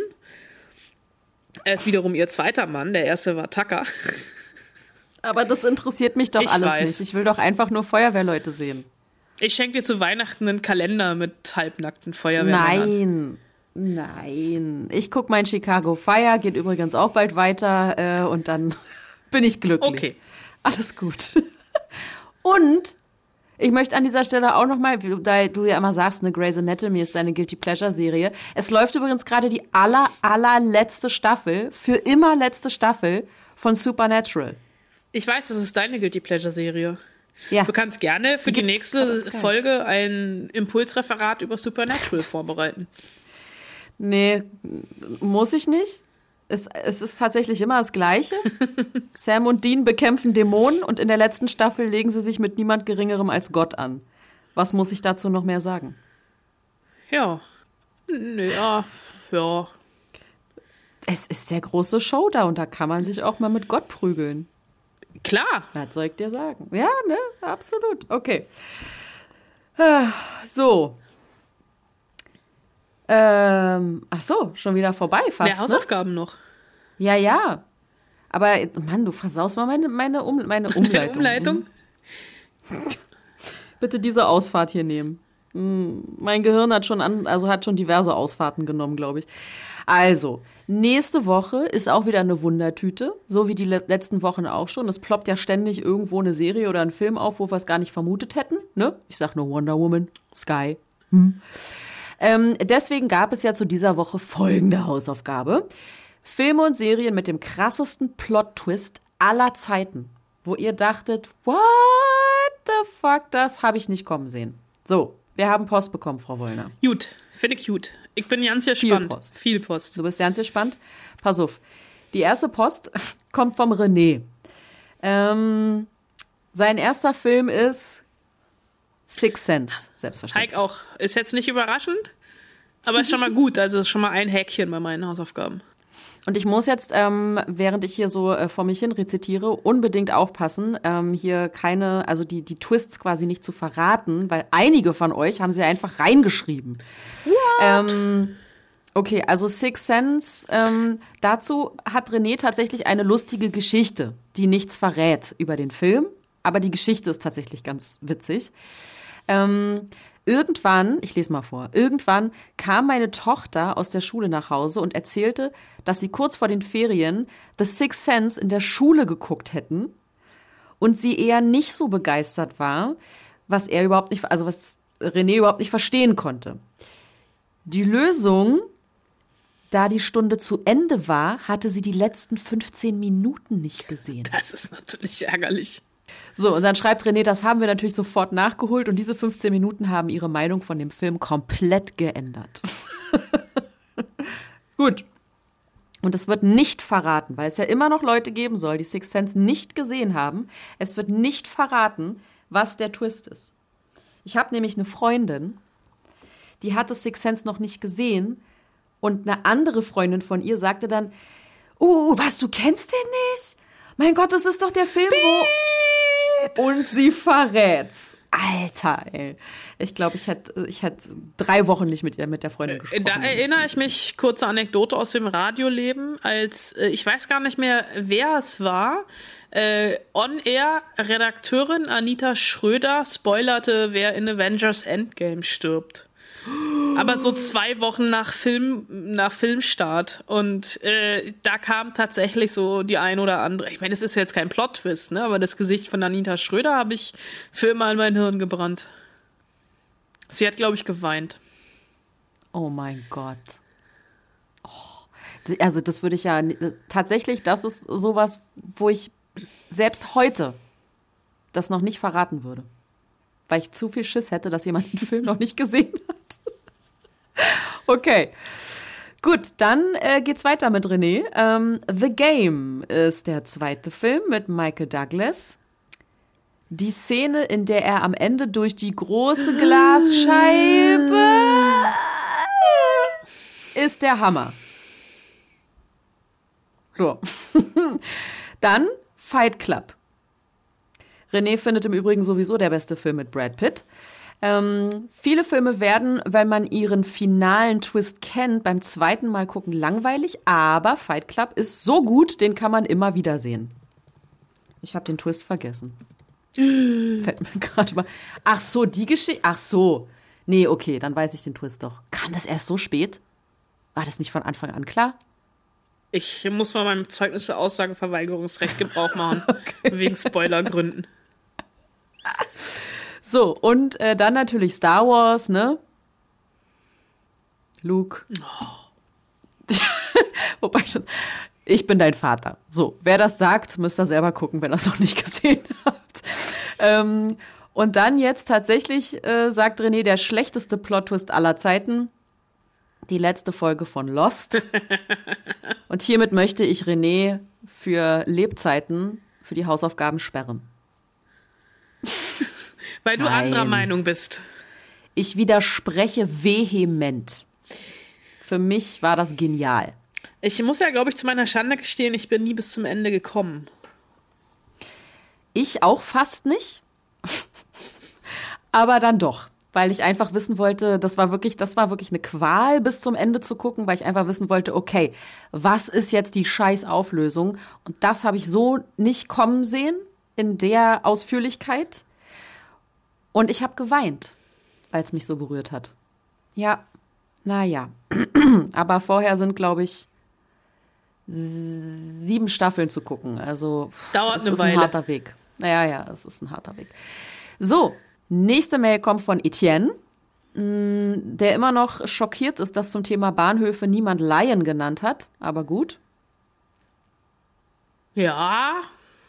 er ist wiederum ihr zweiter Mann, der erste war Tucker. Aber das interessiert mich doch ich alles weiß. nicht. Ich will doch einfach nur Feuerwehrleute sehen. Ich schenke dir zu Weihnachten einen Kalender mit halbnackten Feuerwehrmännern. Nein. Nein, ich gucke mein Chicago Fire, geht übrigens auch bald weiter äh, und dann bin ich glücklich. Okay. Alles gut. Und ich möchte an dieser Stelle auch nochmal, da du ja immer sagst, ne, Grey's Anatomy ist deine Guilty Pleasure Serie. Es läuft übrigens gerade die aller, allerletzte Staffel, für immer letzte Staffel von Supernatural. Ich weiß, das ist deine Guilty Pleasure Serie. Ja. Du kannst gerne für die, die nächste Folge ein Impulsreferat über Supernatural vorbereiten. Nee, muss ich nicht. Es, es ist tatsächlich immer das Gleiche. Sam und Dean bekämpfen Dämonen und in der letzten Staffel legen sie sich mit niemand Geringerem als Gott an. Was muss ich dazu noch mehr sagen? Ja. Ja, ja. Es ist der große Showdown, da kann man sich auch mal mit Gott prügeln. Klar. Was soll ich dir sagen? Ja, ne? Absolut. Okay. So. Ähm, ach so, schon wieder vorbei fast. Mehr Hausaufgaben ne? noch. Ja, ja. Aber, Mann, du versaust mal meine, meine, um, meine Umleitung. Umleitung? Bitte diese Ausfahrt hier nehmen. Mein Gehirn hat schon, an, also hat schon diverse Ausfahrten genommen, glaube ich. Also, nächste Woche ist auch wieder eine Wundertüte, so wie die le- letzten Wochen auch schon. Es ploppt ja ständig irgendwo eine Serie oder ein Film auf, wo wir es gar nicht vermutet hätten. Ne? Ich sag nur Wonder Woman, Sky. Hm. Ähm, deswegen gab es ja zu dieser Woche folgende Hausaufgabe. Filme und Serien mit dem krassesten Plot-Twist aller Zeiten, wo ihr dachtet, what the fuck, das habe ich nicht kommen sehen. So, wir haben Post bekommen, Frau Wollner. Gut, finde ich gut. Ich bin ganz gespannt. Viel Post. Viel Post. Du bist ganz gespannt? Pass auf. Die erste Post kommt vom René. Ähm, sein erster Film ist Sixth Sense, selbstverständlich. Heik auch. Ist jetzt nicht überraschend, aber ist schon mal gut. Also ist schon mal ein Häkchen bei meinen Hausaufgaben. Und ich muss jetzt, ähm, während ich hier so äh, vor mich hin rezitiere, unbedingt aufpassen, ähm, hier keine, also die, die Twists quasi nicht zu verraten, weil einige von euch haben sie einfach reingeschrieben. What? Ähm, okay, also Sixth Sense, ähm, dazu hat René tatsächlich eine lustige Geschichte, die nichts verrät über den Film, aber die Geschichte ist tatsächlich ganz witzig. Ähm, Irgendwann, ich lese mal vor, irgendwann kam meine Tochter aus der Schule nach Hause und erzählte, dass sie kurz vor den Ferien The Sixth Sense in der Schule geguckt hätten und sie eher nicht so begeistert war, was er überhaupt nicht, also was René überhaupt nicht verstehen konnte. Die Lösung Da die Stunde zu Ende war, hatte sie die letzten fünfzehn Minuten nicht gesehen. Das ist natürlich ärgerlich. So, und dann schreibt René, das haben wir natürlich sofort nachgeholt und diese fünfzehn Minuten haben ihre Meinung von dem Film komplett geändert. Gut. Und es wird nicht verraten, weil es ja immer noch Leute geben soll, die Sixth Sense nicht gesehen haben. Es wird nicht verraten, was der Twist ist. Ich habe nämlich eine Freundin, die hat das Sixth Sense noch nicht gesehen und eine andere Freundin von ihr sagte dann, uh, was, du kennst den nicht? Mein Gott, das ist doch der Film, wo... Und sie verrät's. Alter, ey. Ich glaube, ich hätte ich hätt drei Wochen nicht mit ihr, mit der Freundin gesprochen. Da erinnere ich mich, kurze Anekdote aus dem Radioleben, als, äh, ich weiß gar nicht mehr, wer es war, äh, On-Air-Redakteurin Anita Schröder spoilerte, wer in Avengers Endgame stirbt. Aber so zwei Wochen nach Film, nach Filmstart. Und äh, da kam tatsächlich so die ein oder andere. Ich meine, das ist jetzt kein Plot-Twist, ne? Aber das Gesicht von Anita Schröder habe ich für immer in mein Hirn gebrannt. Sie hat, glaube ich, geweint. Oh mein Gott. Oh. Also das würde ich ja tatsächlich, das ist sowas, wo ich selbst heute das noch nicht verraten würde. Weil ich zu viel Schiss hätte, dass jemand den Film noch nicht gesehen hat. Okay. Gut, dann äh, geht's weiter mit René. Ähm, The Game ist der zweite Film mit Michael Douglas. Die Szene, in der er am Ende durch die große Glasscheibe ist der Hammer. So. Dann Fight Club. René findet im Übrigen sowieso der beste Film mit Brad Pitt. Ähm, viele Filme werden, wenn man ihren finalen Twist kennt, beim zweiten Mal gucken langweilig, aber Fight Club ist so gut, den kann man immer wieder sehen. Ich habe den Twist vergessen. Fällt mir gerade mal. Ach so, die Geschichte. Ach so. Nee, okay, dann weiß ich den Twist doch. Kam das erst so spät? War das nicht von Anfang an klar? Ich muss von meinem Zeugnis für Aussageverweigerungsrecht Gebrauch machen. Okay. Wegen Spoilergründen. So, und äh, dann natürlich Star Wars, ne? Luke. Oh. Wobei, ich, ich bin dein Vater. So, wer das sagt, müsst ihr selber gucken, wenn ihr es noch nicht gesehen habt. Ähm, und dann jetzt tatsächlich, äh, sagt René, der schlechteste Plot-Twist aller Zeiten. Die letzte Folge von Lost. Und hiermit möchte ich René für Lebzeiten für die Hausaufgaben sperren. Weil du Nein. anderer Meinung bist. Ich widerspreche vehement. Für mich war das genial. Ich muss ja, glaube ich, zu meiner Schande gestehen, ich bin nie bis zum Ende gekommen. Ich auch fast nicht. Aber dann doch. Weil ich einfach wissen wollte, das war wirklich, das war wirklich eine Qual, bis zum Ende zu gucken, weil ich einfach wissen wollte, okay, was ist jetzt die Scheißauflösung? Und das habe ich so nicht kommen sehen, in der Ausführlichkeit. Und ich habe geweint, weil es mich so berührt hat. Ja, naja. Aber vorher sind, glaube ich, sieben Staffeln zu gucken. Also dauert es eine ist ein Weile. harter Weg. Naja, ja, es ist ein harter Weg. So, nächste Mail kommt von Etienne, der immer noch schockiert ist, dass zum Thema Bahnhöfe niemand Lion genannt hat. Aber gut. Ja.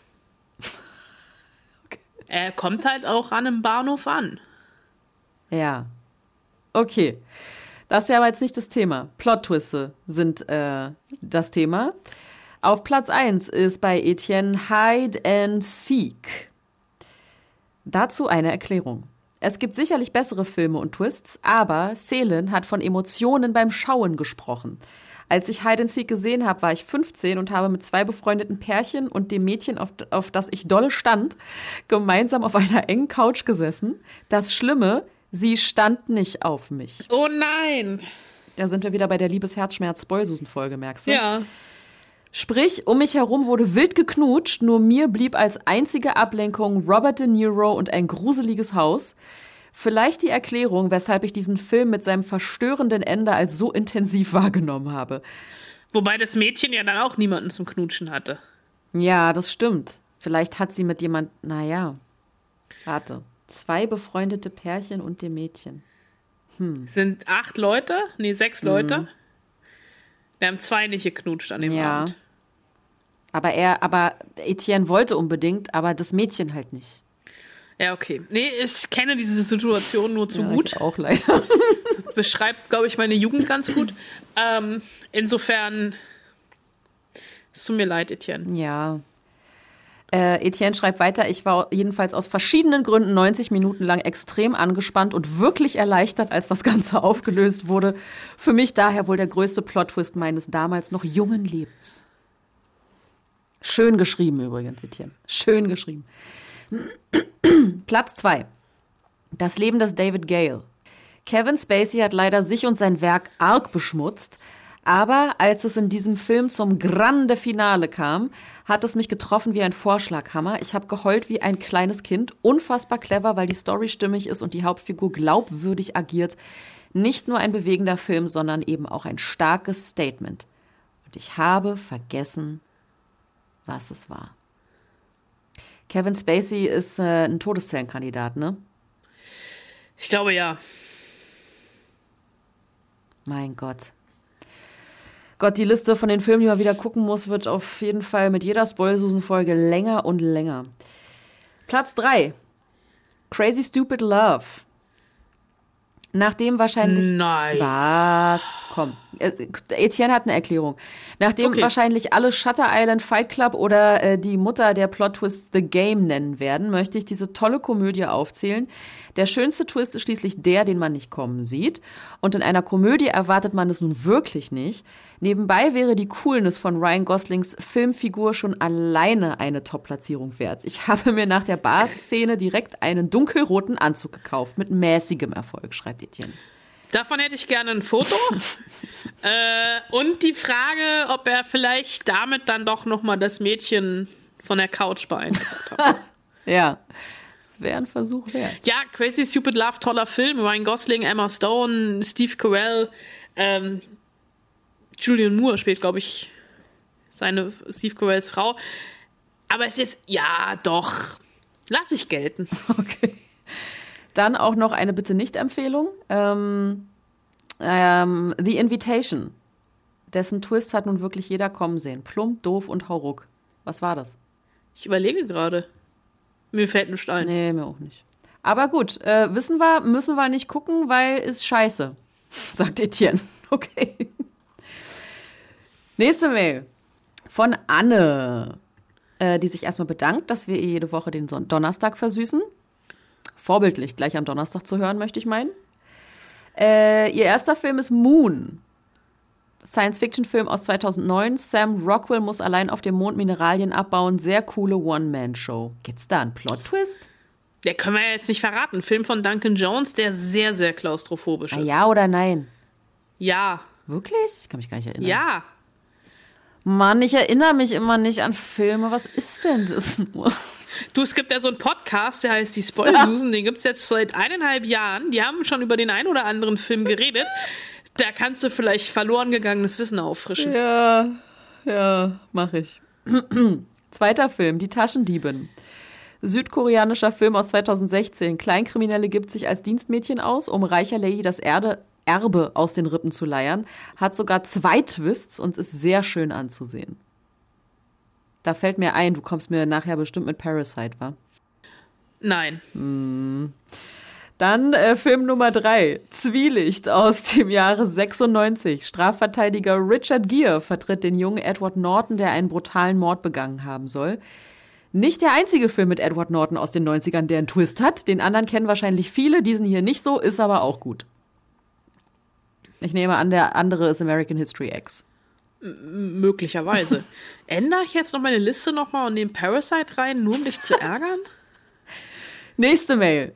Okay. Er kommt halt auch an einem Bahnhof an. Ja. Okay. Das ist ja aber jetzt nicht das Thema. Plot-Twiste sind äh, das Thema. Auf Platz eins ist bei Etienne Hide and Seek. Dazu eine Erklärung. Es gibt sicherlich bessere Filme und Twists, aber Selin hat von Emotionen beim Schauen gesprochen. Als ich Hide and Seek gesehen habe, war ich fünfzehn und habe mit zwei befreundeten Pärchen und dem Mädchen, auf, auf das ich doll stand, gemeinsam auf einer engen Couch gesessen. Das Schlimme, sie stand nicht auf mich. Oh nein! Da sind wir wieder bei der Liebes-Herzschmerz-Spoilsusen-Folge, merkst du? Ja. Sprich, um mich herum wurde wild geknutscht, nur mir blieb als einzige Ablenkung Robert De Niro und ein gruseliges Haus. Vielleicht die Erklärung, weshalb ich diesen Film mit seinem verstörenden Ende als so intensiv wahrgenommen habe. Wobei das Mädchen ja dann auch niemanden zum Knutschen hatte. Ja, das stimmt. Vielleicht hat sie mit jemand, naja, warte, zwei befreundete Pärchen und dem Mädchen. Hm. Sind acht Leute? Nee, sechs Leute. Mhm. Wir haben zwei nicht geknutscht an dem ja. Abend. Aber er, aber Etienne wollte unbedingt, aber das Mädchen halt nicht. Ja, okay. Nee, ich kenne diese Situation nur zu ja, gut. Ich auch leider. Beschreibt, glaube ich, meine Jugend ganz gut. Ähm, insofern, es tut mir leid, Etienne. Ja. Äh, Etienne schreibt weiter, ich war jedenfalls aus verschiedenen Gründen neunzig Minuten lang extrem angespannt und wirklich erleichtert, als das Ganze aufgelöst wurde. Für mich daher wohl der größte Plot-Twist meines damals noch jungen Lebens. Schön geschrieben übrigens, Etienne. Schön geschrieben. Platz zwei. Das Leben des David Gale. Kevin Spacey hat leider sich und sein Werk arg beschmutzt, aber als es in diesem Film zum grande Finale kam, hat es mich getroffen wie ein Vorschlaghammer. Ich habe geheult wie ein kleines Kind. Unfassbar clever, weil die Story stimmig ist und die Hauptfigur glaubwürdig agiert. Nicht nur ein bewegender Film, sondern eben auch ein starkes Statement. Und ich habe vergessen, was es war. Kevin Spacey ist äh, ein Todeszellenkandidat, ne? Ich glaube, ja. Mein Gott. Gott, die Liste von den Filmen, die man wieder gucken muss, wird auf jeden Fall mit jeder Spoilsusen-Folge länger und länger. Platz drei. Crazy Stupid Love. Nachdem wahrscheinlich... Nein. Was? Komm. Etienne hat eine Erklärung. Nachdem okay. wahrscheinlich alle Shutter Island, Fight Club oder äh, die Mutter der Plot-Twist The Game nennen werden, möchte ich diese tolle Komödie aufzählen. Der schönste Twist ist schließlich der, den man nicht kommen sieht. Und in einer Komödie erwartet man es nun wirklich nicht. Nebenbei wäre die Coolness von Ryan Goslings Filmfigur schon alleine eine Top-Platzierung wert. Ich habe mir nach der Bar-Szene direkt einen dunkelroten Anzug gekauft, mit mäßigem Erfolg, schreibt Etienne. Davon hätte ich gerne ein Foto. äh, und die Frage, ob er vielleicht damit dann doch nochmal das Mädchen von der Couch beeindruckt hat. Ja, es wäre ein Versuch wert. Ja, Crazy Stupid Love, toller Film. Ryan Gosling, Emma Stone, Steve Carell, ähm, Julianne Moore spielt, glaube ich, seine Steve Carells Frau. Aber es ist jetzt, ja, doch, lass ich gelten. Okay. Dann auch noch eine Bitte-Nicht-Empfehlung. Ähm, ähm, The Invitation. Dessen Twist hat nun wirklich jeder kommen sehen. Plump, doof und hauruck. Was war das? Ich überlege gerade. Mir fällt ein Stein. Nee, mir auch nicht. Aber gut, äh, wissen wir, müssen wir nicht gucken, weil ist scheiße, sagt Etienne. Okay. Nächste Mail von Anne, äh, die sich erstmal bedankt, dass wir ihr jede Woche den Son- Donnerstag versüßen. Vorbildlich, gleich am Donnerstag zu hören, möchte ich meinen. Äh, ihr erster Film ist Moon. Science-Fiction-Film aus zweitausendneun. Sam Rockwell muss allein auf dem Mond Mineralien abbauen. Sehr coole One-Man-Show. Gibt's da einen Plot-Twist? Der können wir ja jetzt nicht verraten. Film von Duncan Jones, der sehr, sehr klaustrophobisch ist. Ah, ja oder nein? Ja. Wirklich? Ich kann mich gar nicht erinnern. Ja. Mann, ich erinnere mich immer nicht an Filme. Was ist denn das nur? Du, es gibt ja so einen Podcast, der heißt die Spoilsusen, den gibt es jetzt seit eineinhalb Jahren. Die haben schon über den einen oder anderen Film geredet. Da kannst du vielleicht verloren gegangenes Wissen auffrischen. Ja, ja, mach ich. Zweiter Film, Die Taschendiebin. Südkoreanischer Film aus zweitausendsechzehn. Kleinkriminelle gibt sich als Dienstmädchen aus, um reicher Lady das Erde, Erbe aus den Rippen zu leiern. Hat sogar zwei Twists und ist sehr schön anzusehen. Da fällt mir ein, du kommst mir nachher bestimmt mit Parasite, wa? Nein. Hm. Dann äh, Film Nummer drei, Zwielicht aus dem Jahre sechsundneunzig. Strafverteidiger Richard Gere vertritt den jungen Edward Norton, der einen brutalen Mord begangen haben soll. Nicht der einzige Film mit Edward Norton aus den neunzigern, der einen Twist hat. Den anderen kennen wahrscheinlich viele, diesen hier nicht so, ist aber auch gut. Ich nehme an, der andere ist American History X. M- möglicherweise. Ändere ich jetzt noch meine Liste nochmal und nehme Parasite rein, nur um dich zu ärgern? Nächste Mail.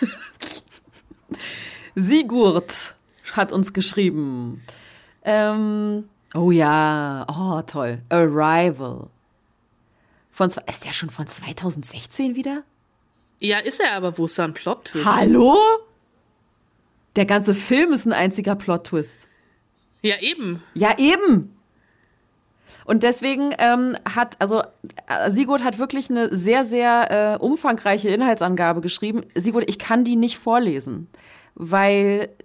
Sigurd hat uns geschrieben. Ähm, oh ja, oh toll. Arrival. Von, ist der schon von zweitausendsechzehn wieder? Ja, ist er, aber wo ist da ein Plot-Twist? Hallo? Der ganze Film ist ein einziger Plot-Twist. Ja, eben. Ja, eben. Und deswegen ähm, hat, also äh, Sigurd hat wirklich eine sehr, sehr äh, umfangreiche Inhaltsangabe geschrieben. Sigurd, ich kann die nicht vorlesen, weil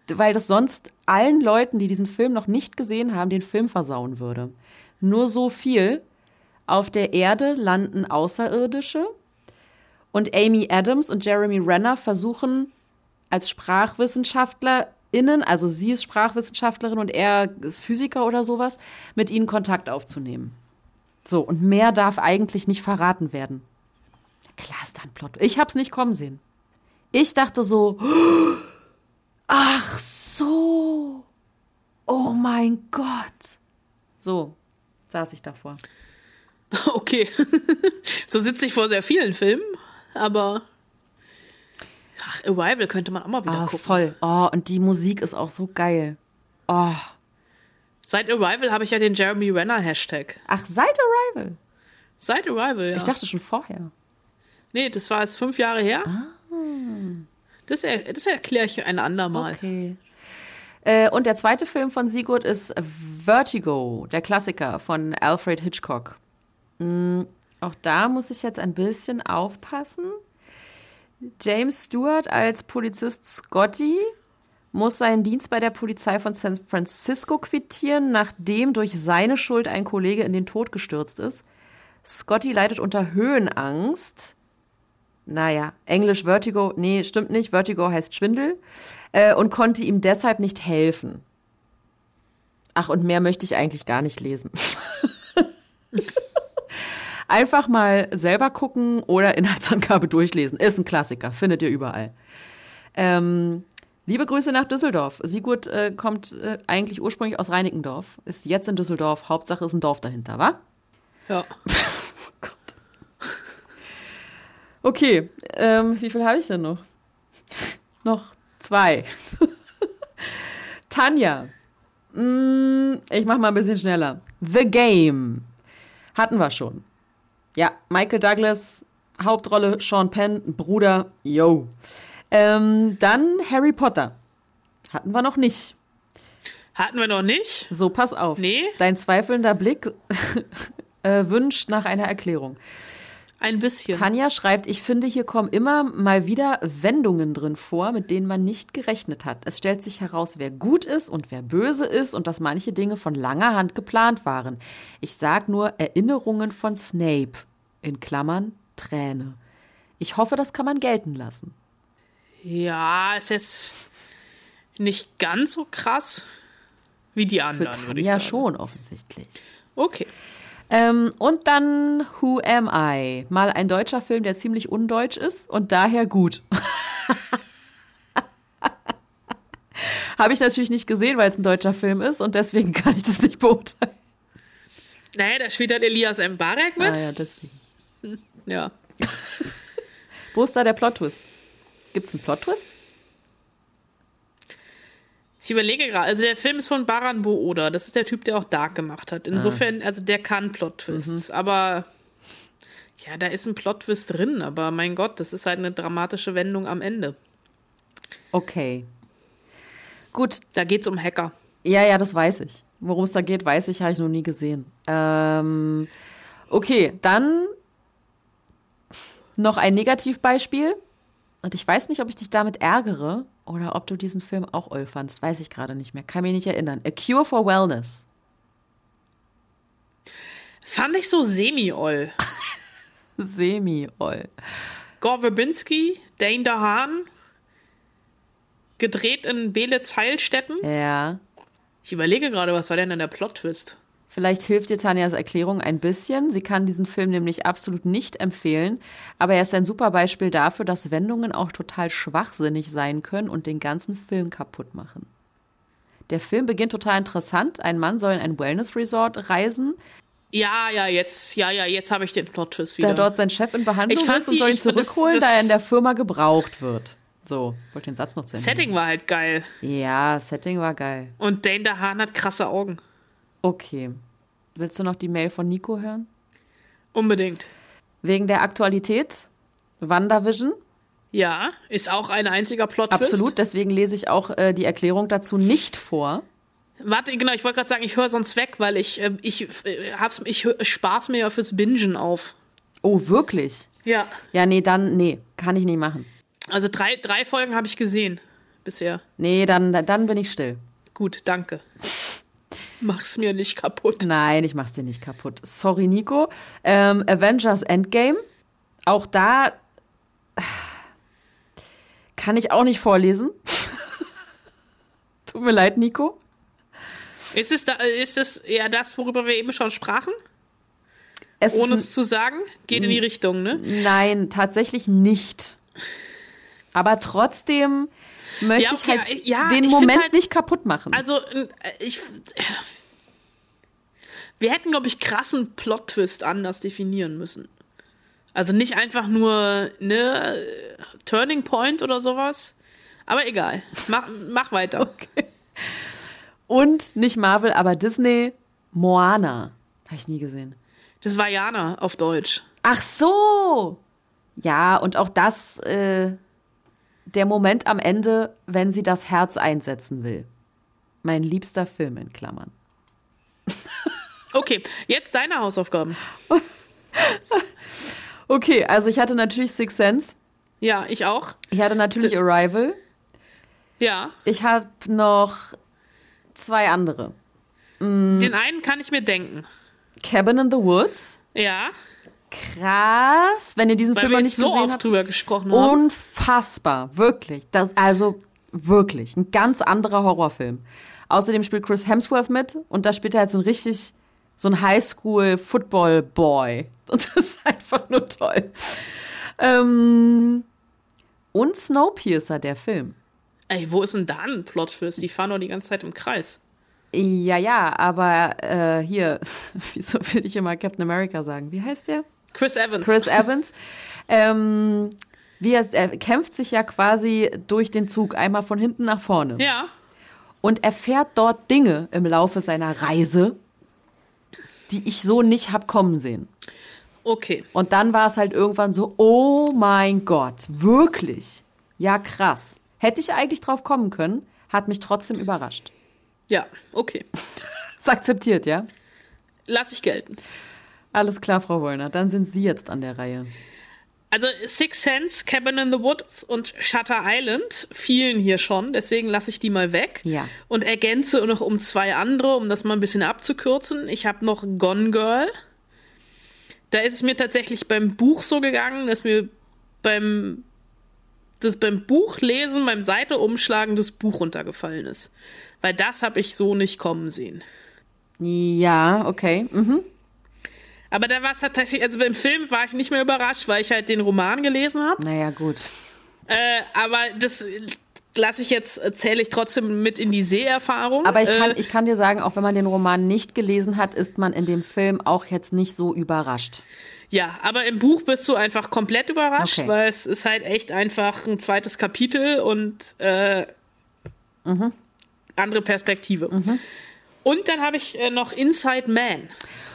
weil das sonst allen Leuten, die diesen Film noch nicht gesehen haben, den Film versauen würde. Nur so viel. Auf der Erde landen Außerirdische und Amy Adams und Jeremy Renner versuchen als SprachwissenschaftlerInnen, also sie ist Sprachwissenschaftlerin und er ist Physiker oder sowas, mit ihnen Kontakt aufzunehmen. So, und mehr darf eigentlich nicht verraten werden. Klar ist da ein Plot. Ich hab's nicht kommen sehen. Ich dachte so, ach so, oh mein Gott. So saß ich davor. Okay. So sitze ich vor sehr vielen Filmen, aber ach, Arrival könnte man auch mal wieder ah, gucken. Voll. Oh, und die Musik ist auch so geil. Oh. Seit Arrival habe ich ja den Jeremy Renner Hashtag. Ach, seit Arrival? Seit Arrival, ja. Ich dachte schon vorher. Nee, das war jetzt fünf Jahre her. Ah. Das, er, das erkläre ich ein andermal. Okay. Äh, und der zweite Film von Sigurd ist Vertigo, der Klassiker von Alfred Hitchcock. Mhm. Auch da muss ich jetzt ein bisschen aufpassen. James Stewart als Polizist Scotty muss seinen Dienst bei der Polizei von San Francisco quittieren, nachdem durch seine Schuld ein Kollege in den Tod gestürzt ist. Scotty leidet unter Höhenangst. Naja, Englisch Vertigo, nee, stimmt nicht. Vertigo heißt Schwindel. Äh, und konnte ihm deshalb nicht helfen. Ach, und mehr möchte ich eigentlich gar nicht lesen. Einfach mal selber gucken oder Inhaltsangabe durchlesen. Ist ein Klassiker, findet ihr überall. Ähm, liebe Grüße nach Düsseldorf. Sigurd äh, kommt äh, eigentlich ursprünglich aus Reinickendorf, ist jetzt in Düsseldorf. Hauptsache ist ein Dorf dahinter, wa? Ja. Oh Gott. Okay, ähm, wie viel habe ich denn noch? Noch zwei. Tanja. Mm, ich mach mal ein bisschen schneller. The Game. Hatten wir schon. Ja, Michael Douglas, Hauptrolle Sean Penn, Bruder, yo. Ähm, dann Harry Potter. Hatten wir noch nicht. Hatten wir noch nicht? So, pass auf. Nee. Dein zweifelnder Blick äh, wünscht nach einer Erklärung. Ein bisschen. Tanja schreibt, ich finde, hier kommen immer mal wieder Wendungen drin vor, mit denen man nicht gerechnet hat. Es stellt sich heraus, wer gut ist und wer böse ist und dass manche Dinge von langer Hand geplant waren. Ich sag nur Erinnerungen von Snape. In Klammern Träne. Ich hoffe, das kann man gelten lassen. Ja, ist jetzt nicht ganz so krass wie die anderen, Für würde ich Tanja sagen. schon offensichtlich. Okay. Ähm, und dann Who Am I? Mal ein deutscher Film, der ziemlich undeutsch ist und daher gut. Habe ich natürlich nicht gesehen, weil es ein deutscher Film ist und deswegen kann ich das nicht beurteilen. Naja, da spielt halt Elias Mbarek mit. Ah ja, deswegen. Hm, ja. Wo ist da der Plot-Twist? Gibt's einen Plot-Twist? Ich überlege gerade, also der Film ist von Baran Booda, das ist der Typ, der auch Dark gemacht hat. Insofern, also der kann Plot-Twists, mhm. aber ja, da ist ein Plot-Twist drin, aber mein Gott, das ist halt eine dramatische Wendung am Ende. Okay. Gut. Da geht's um Hacker. Ja, ja, das weiß ich. Worum es da geht, weiß ich, habe ich noch nie gesehen. Ähm, okay, dann noch ein Negativbeispiel. Und ich weiß nicht, ob ich dich damit ärgere oder ob du diesen Film auch oll fandst. Weiß ich gerade nicht mehr. Kann mich nicht erinnern. A Cure for Wellness. Fand ich so semi-oll. Semi-oll. Gore Verbinski, Dane DeHaan, gedreht in Belitz-Heilstätten. Ja. Ich überlege gerade, was war denn denn der Plot-Twist? Vielleicht hilft dir Tanjas Erklärung ein bisschen. Sie kann diesen Film nämlich absolut nicht empfehlen, aber er ist ein super Beispiel dafür, dass Wendungen auch total schwachsinnig sein können und den ganzen Film kaputt machen. Der Film beginnt total interessant. Ein Mann soll in ein Wellness-Resort reisen. Ja, ja, jetzt, ja, ja, jetzt habe ich den Plot-Twist wieder. Da dort sein Chef in Behandlung ich fand ist und die, soll ihn ich zurückholen, das, das da er in der Firma gebraucht wird. So, wollte den Satz noch zu Ende. Setting war halt geil. Ja, Setting war geil. Und Dane DeHaan hat krasse Augen. Okay. Willst du noch die Mail von Nico hören? Unbedingt. Wegen der Aktualität? WandaVision? Ja, ist auch ein einziger Plot-Twist. Absolut, deswegen lese ich auch äh, die Erklärung dazu nicht vor. Warte, genau, ich wollte gerade sagen, ich höre sonst weg, weil ich, äh, ich, äh, hab's, ich hör, spar's mir ja fürs Bingen auf. Oh, wirklich? Ja. Ja, nee, dann, nee, kann ich nicht machen. Also drei, drei Folgen habe ich gesehen. bisher. Nee, dann, dann bin ich still. Gut, danke. Mach's mir nicht kaputt. Nein, ich mach's dir nicht kaputt. Sorry, Nico. Ähm, Avengers Endgame. Auch da kann ich auch nicht vorlesen. Tut mir leid, Nico. Ist es, da, ist es eher das, worüber wir eben schon sprachen? Es Ohne ist, es zu sagen? Geht in die Richtung, ne? Nein, tatsächlich nicht. Aber trotzdem möchte ja, okay, ich halt ja, den ich Moment halt, nicht kaputt machen. Also, ich... Wir hätten, glaube ich, krassen Plot-Twist anders definieren müssen. Also nicht einfach nur, ne, Turning Point oder sowas. Aber egal. Mach, mach weiter. Okay. Und nicht Marvel, aber Disney, Moana. Habe ich nie gesehen. Das war Jana auf Deutsch. Ach so. Ja, und auch das, äh, der Moment am Ende, wenn sie das Herz einsetzen will. Mein liebster Film in Klammern. Okay, jetzt deine Hausaufgaben. Okay, also ich hatte natürlich Sixth Sense. Ja, ich auch. Ich hatte natürlich S- Arrival. Ja. Ich habe noch zwei andere. Mm. Den einen kann ich mir denken. Cabin in the Woods. Ja. Krass, wenn ihr diesen Weil Film wir noch nicht so gesehen oft habt. drüber gesprochen haben. Unfassbar, wirklich. Das, also wirklich, ein ganz anderer Horrorfilm. Außerdem spielt Chris Hemsworth mit und da spielt er halt so ein richtig, so ein Highschool-Football-Boy. Und das ist einfach nur toll. Ähm, und Snowpiercer, der Film. Ey, wo ist denn da ein Plot-Twist? Die fahren doch die ganze Zeit im Kreis. Ja, ja, aber äh, hier, wieso will ich immer Captain America sagen? Wie heißt der? Chris Evans. Chris Evans. Ähm, wie er, er kämpft sich ja quasi durch den Zug, einmal von hinten nach vorne. Ja. Und erfährt dort Dinge im Laufe seiner Reise, die ich so nicht hab kommen sehen. Okay. Und dann war es halt irgendwann so, oh mein Gott, wirklich? Ja, krass. Hätte ich eigentlich drauf kommen können, hat mich trotzdem überrascht. Ja, okay. Ist akzeptiert, ja? Lass ich gelten. Alles klar, Frau Wollner, dann sind Sie jetzt an der Reihe. Also Sixth Sense, Cabin in the Woods und Shutter Island fielen hier schon, deswegen lasse ich die mal weg. Ja. Und ergänze noch um zwei andere, um das mal ein bisschen abzukürzen. Ich habe noch Gone Girl. Da ist es mir tatsächlich beim Buch so gegangen, dass mir beim, dass beim Buchlesen, beim Seite umschlagen das Buch runtergefallen ist. Weil das habe ich so nicht kommen sehen. Ja, okay. Mhm. Aber da war es tatsächlich, also beim Film war ich nicht mehr überrascht, weil ich halt den Roman gelesen habe. Naja, gut. Äh, aber das lasse ich jetzt, zähle ich trotzdem mit in die Seherfahrung. Aber ich kann, äh, ich kann dir sagen, auch wenn man den Roman nicht gelesen hat, ist man in dem Film auch jetzt nicht so überrascht. Ja, aber im Buch bist du einfach komplett überrascht, Okay. weil es ist halt echt einfach ein zweites Kapitel und äh, Mhm. andere Perspektive. Mhm. Und dann habe ich äh, noch Inside Man.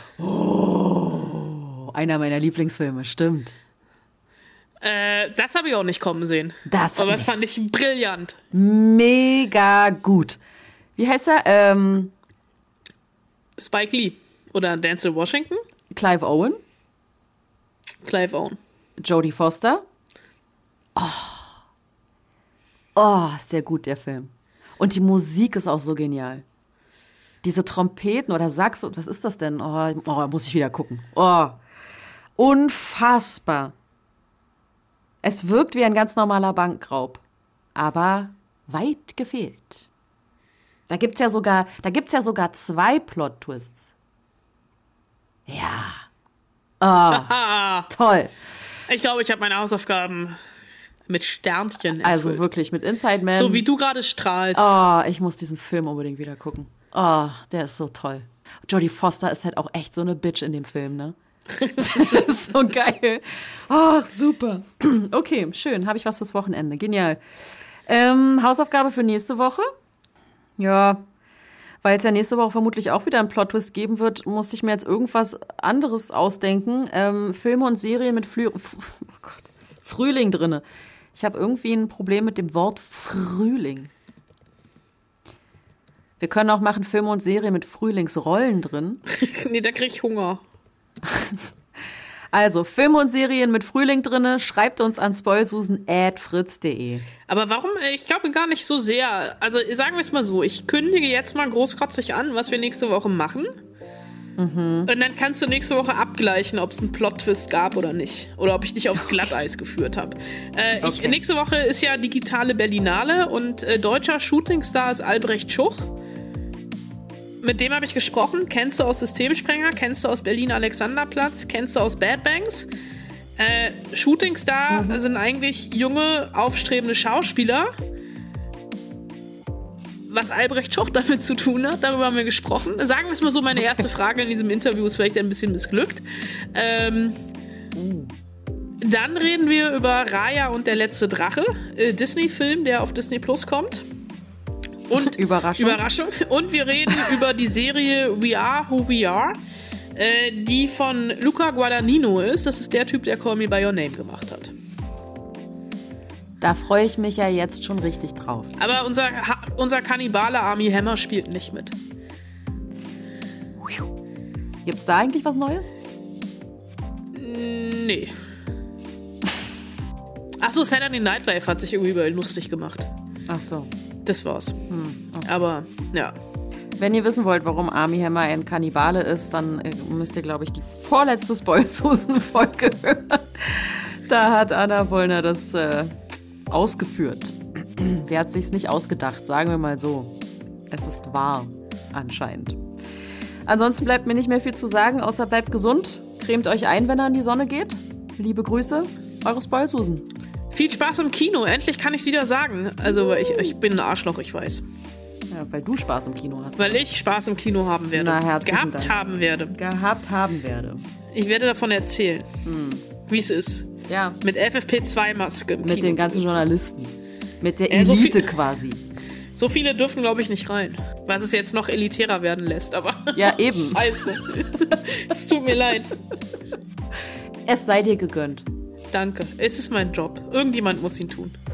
Oh, einer meiner Lieblingsfilme, stimmt. Äh, das habe ich auch nicht kommen sehen. Das Aber das fand ich brillant. Mega gut. Wie heißt er? Ähm, Spike Lee oder Denzel Washington? Clive Owen. Clive Owen. Jodie Foster. Oh. Oh, ist der gut, der Film. Und die Musik ist auch so genial. Diese Trompeten oder Sax, was ist das denn? Oh, oh, muss ich wieder gucken. Oh, unfassbar. Es wirkt wie ein ganz normaler Bankraub, aber weit gefehlt. Da gibt's ja sogar, da gibt's ja sogar zwei Plot-Twists. Ja. Oh, toll. Ich glaube, ich habe meine Hausaufgaben mit Sternchen erfüllt. Also wirklich, mit Inside Man. So wie du gerade strahlst. Oh, ich muss diesen Film unbedingt wieder gucken. Oh, der ist so toll. Jodie Foster ist halt auch echt so eine Bitch in dem Film, ne? Das ist so geil. Oh, super. Okay, schön. Habe ich was fürs Wochenende. Genial. Ähm, Hausaufgabe für nächste Woche? Ja, weil es ja nächste Woche vermutlich auch wieder einen Plot-Twist geben wird, musste ich mir jetzt irgendwas anderes ausdenken. Ähm, Filme und Serien mit Flü- F- oh Gott. Frühling drinne. Ich habe irgendwie ein Problem mit dem Wort Frühling. Wir können auch machen Filme und Serien mit Frühlingsrollen drin. Nee, da krieg ich Hunger. Also, Filme und Serien mit Frühling drinne, schreibt uns an spoilsusen at fritz punkt de. Aber warum? Ich glaube gar nicht so sehr. Also sagen wir es mal so, ich kündige jetzt mal großkotzig an, was wir nächste Woche machen. Mhm. Und dann kannst du nächste Woche abgleichen, ob es einen Plot-Twist gab oder nicht. Oder ob ich dich aufs Glatteis geführt habe. Äh, okay. Nächste Woche ist ja digitale Berlinale und äh, deutscher Shootingstar ist Albrecht Schuch. Mit dem habe ich gesprochen. Kennst du aus Systemsprenger? Kennst du aus Berlin-Alexanderplatz? Kennst du aus Bad Banks? Äh, Shootingstar mhm. sind eigentlich junge, aufstrebende Schauspieler. Was Albrecht Schuch damit zu tun hat, darüber haben wir gesprochen. Sagen wir es mal so, meine erste Frage in diesem Interview ist vielleicht ein bisschen missglückt. Ähm, dann reden wir über Raya und der letzte Drache, äh, Disney-Film, der auf Disney Plus kommt. Und Überraschung. Überraschung. Und wir reden über die Serie We Are Who We Are, äh, die von Luca Guadagnino ist. Das ist der Typ, der Call Me By Your Name gemacht hat. Da freue ich mich ja jetzt schon richtig drauf. Aber unser, unser Kannibale Armie Hammer spielt nicht mit. Gibt's da eigentlich was Neues? Nee. Achso, Saturday Night Live hat sich irgendwie über ihn lustig gemacht. Ach so. Das war's. Hm, okay. Aber, ja. Wenn ihr wissen wollt, warum Armie Hammer ein Kannibale ist, dann müsst ihr, glaube ich, die vorletzte Spoilsusen-Folge hören. Da hat Anna Wollner das äh, ausgeführt. Sie hat sich's nicht ausgedacht, sagen wir mal so. Es ist wahr, anscheinend. Ansonsten bleibt mir nicht mehr viel zu sagen, außer bleibt gesund. Cremt euch ein, wenn er in die Sonne geht. Liebe Grüße, eure Spoilsusen. Viel Spaß im Kino, endlich kann ich's wieder sagen. Also, weil ich, ich bin ein Arschloch, ich weiß. Ja, weil du Spaß im Kino hast. Weil ich Spaß im Kino haben werde. Na, herzlichen Gehabt Dank. haben werde. Gehabt haben werde. Ich werde davon erzählen, hm. wie es ist. Ja. Mit F F P zwei Maske im Mit Kino den ganzen sitzen. Journalisten. Mit der Äh, so Elite viel- quasi. So viele dürfen, glaube ich, nicht rein. Was es jetzt noch elitärer werden lässt, aber... Ja, eben. Scheiße. Es tut mir leid. Es sei dir gegönnt. Danke. Es ist mein Job. Irgendjemand muss ihn tun.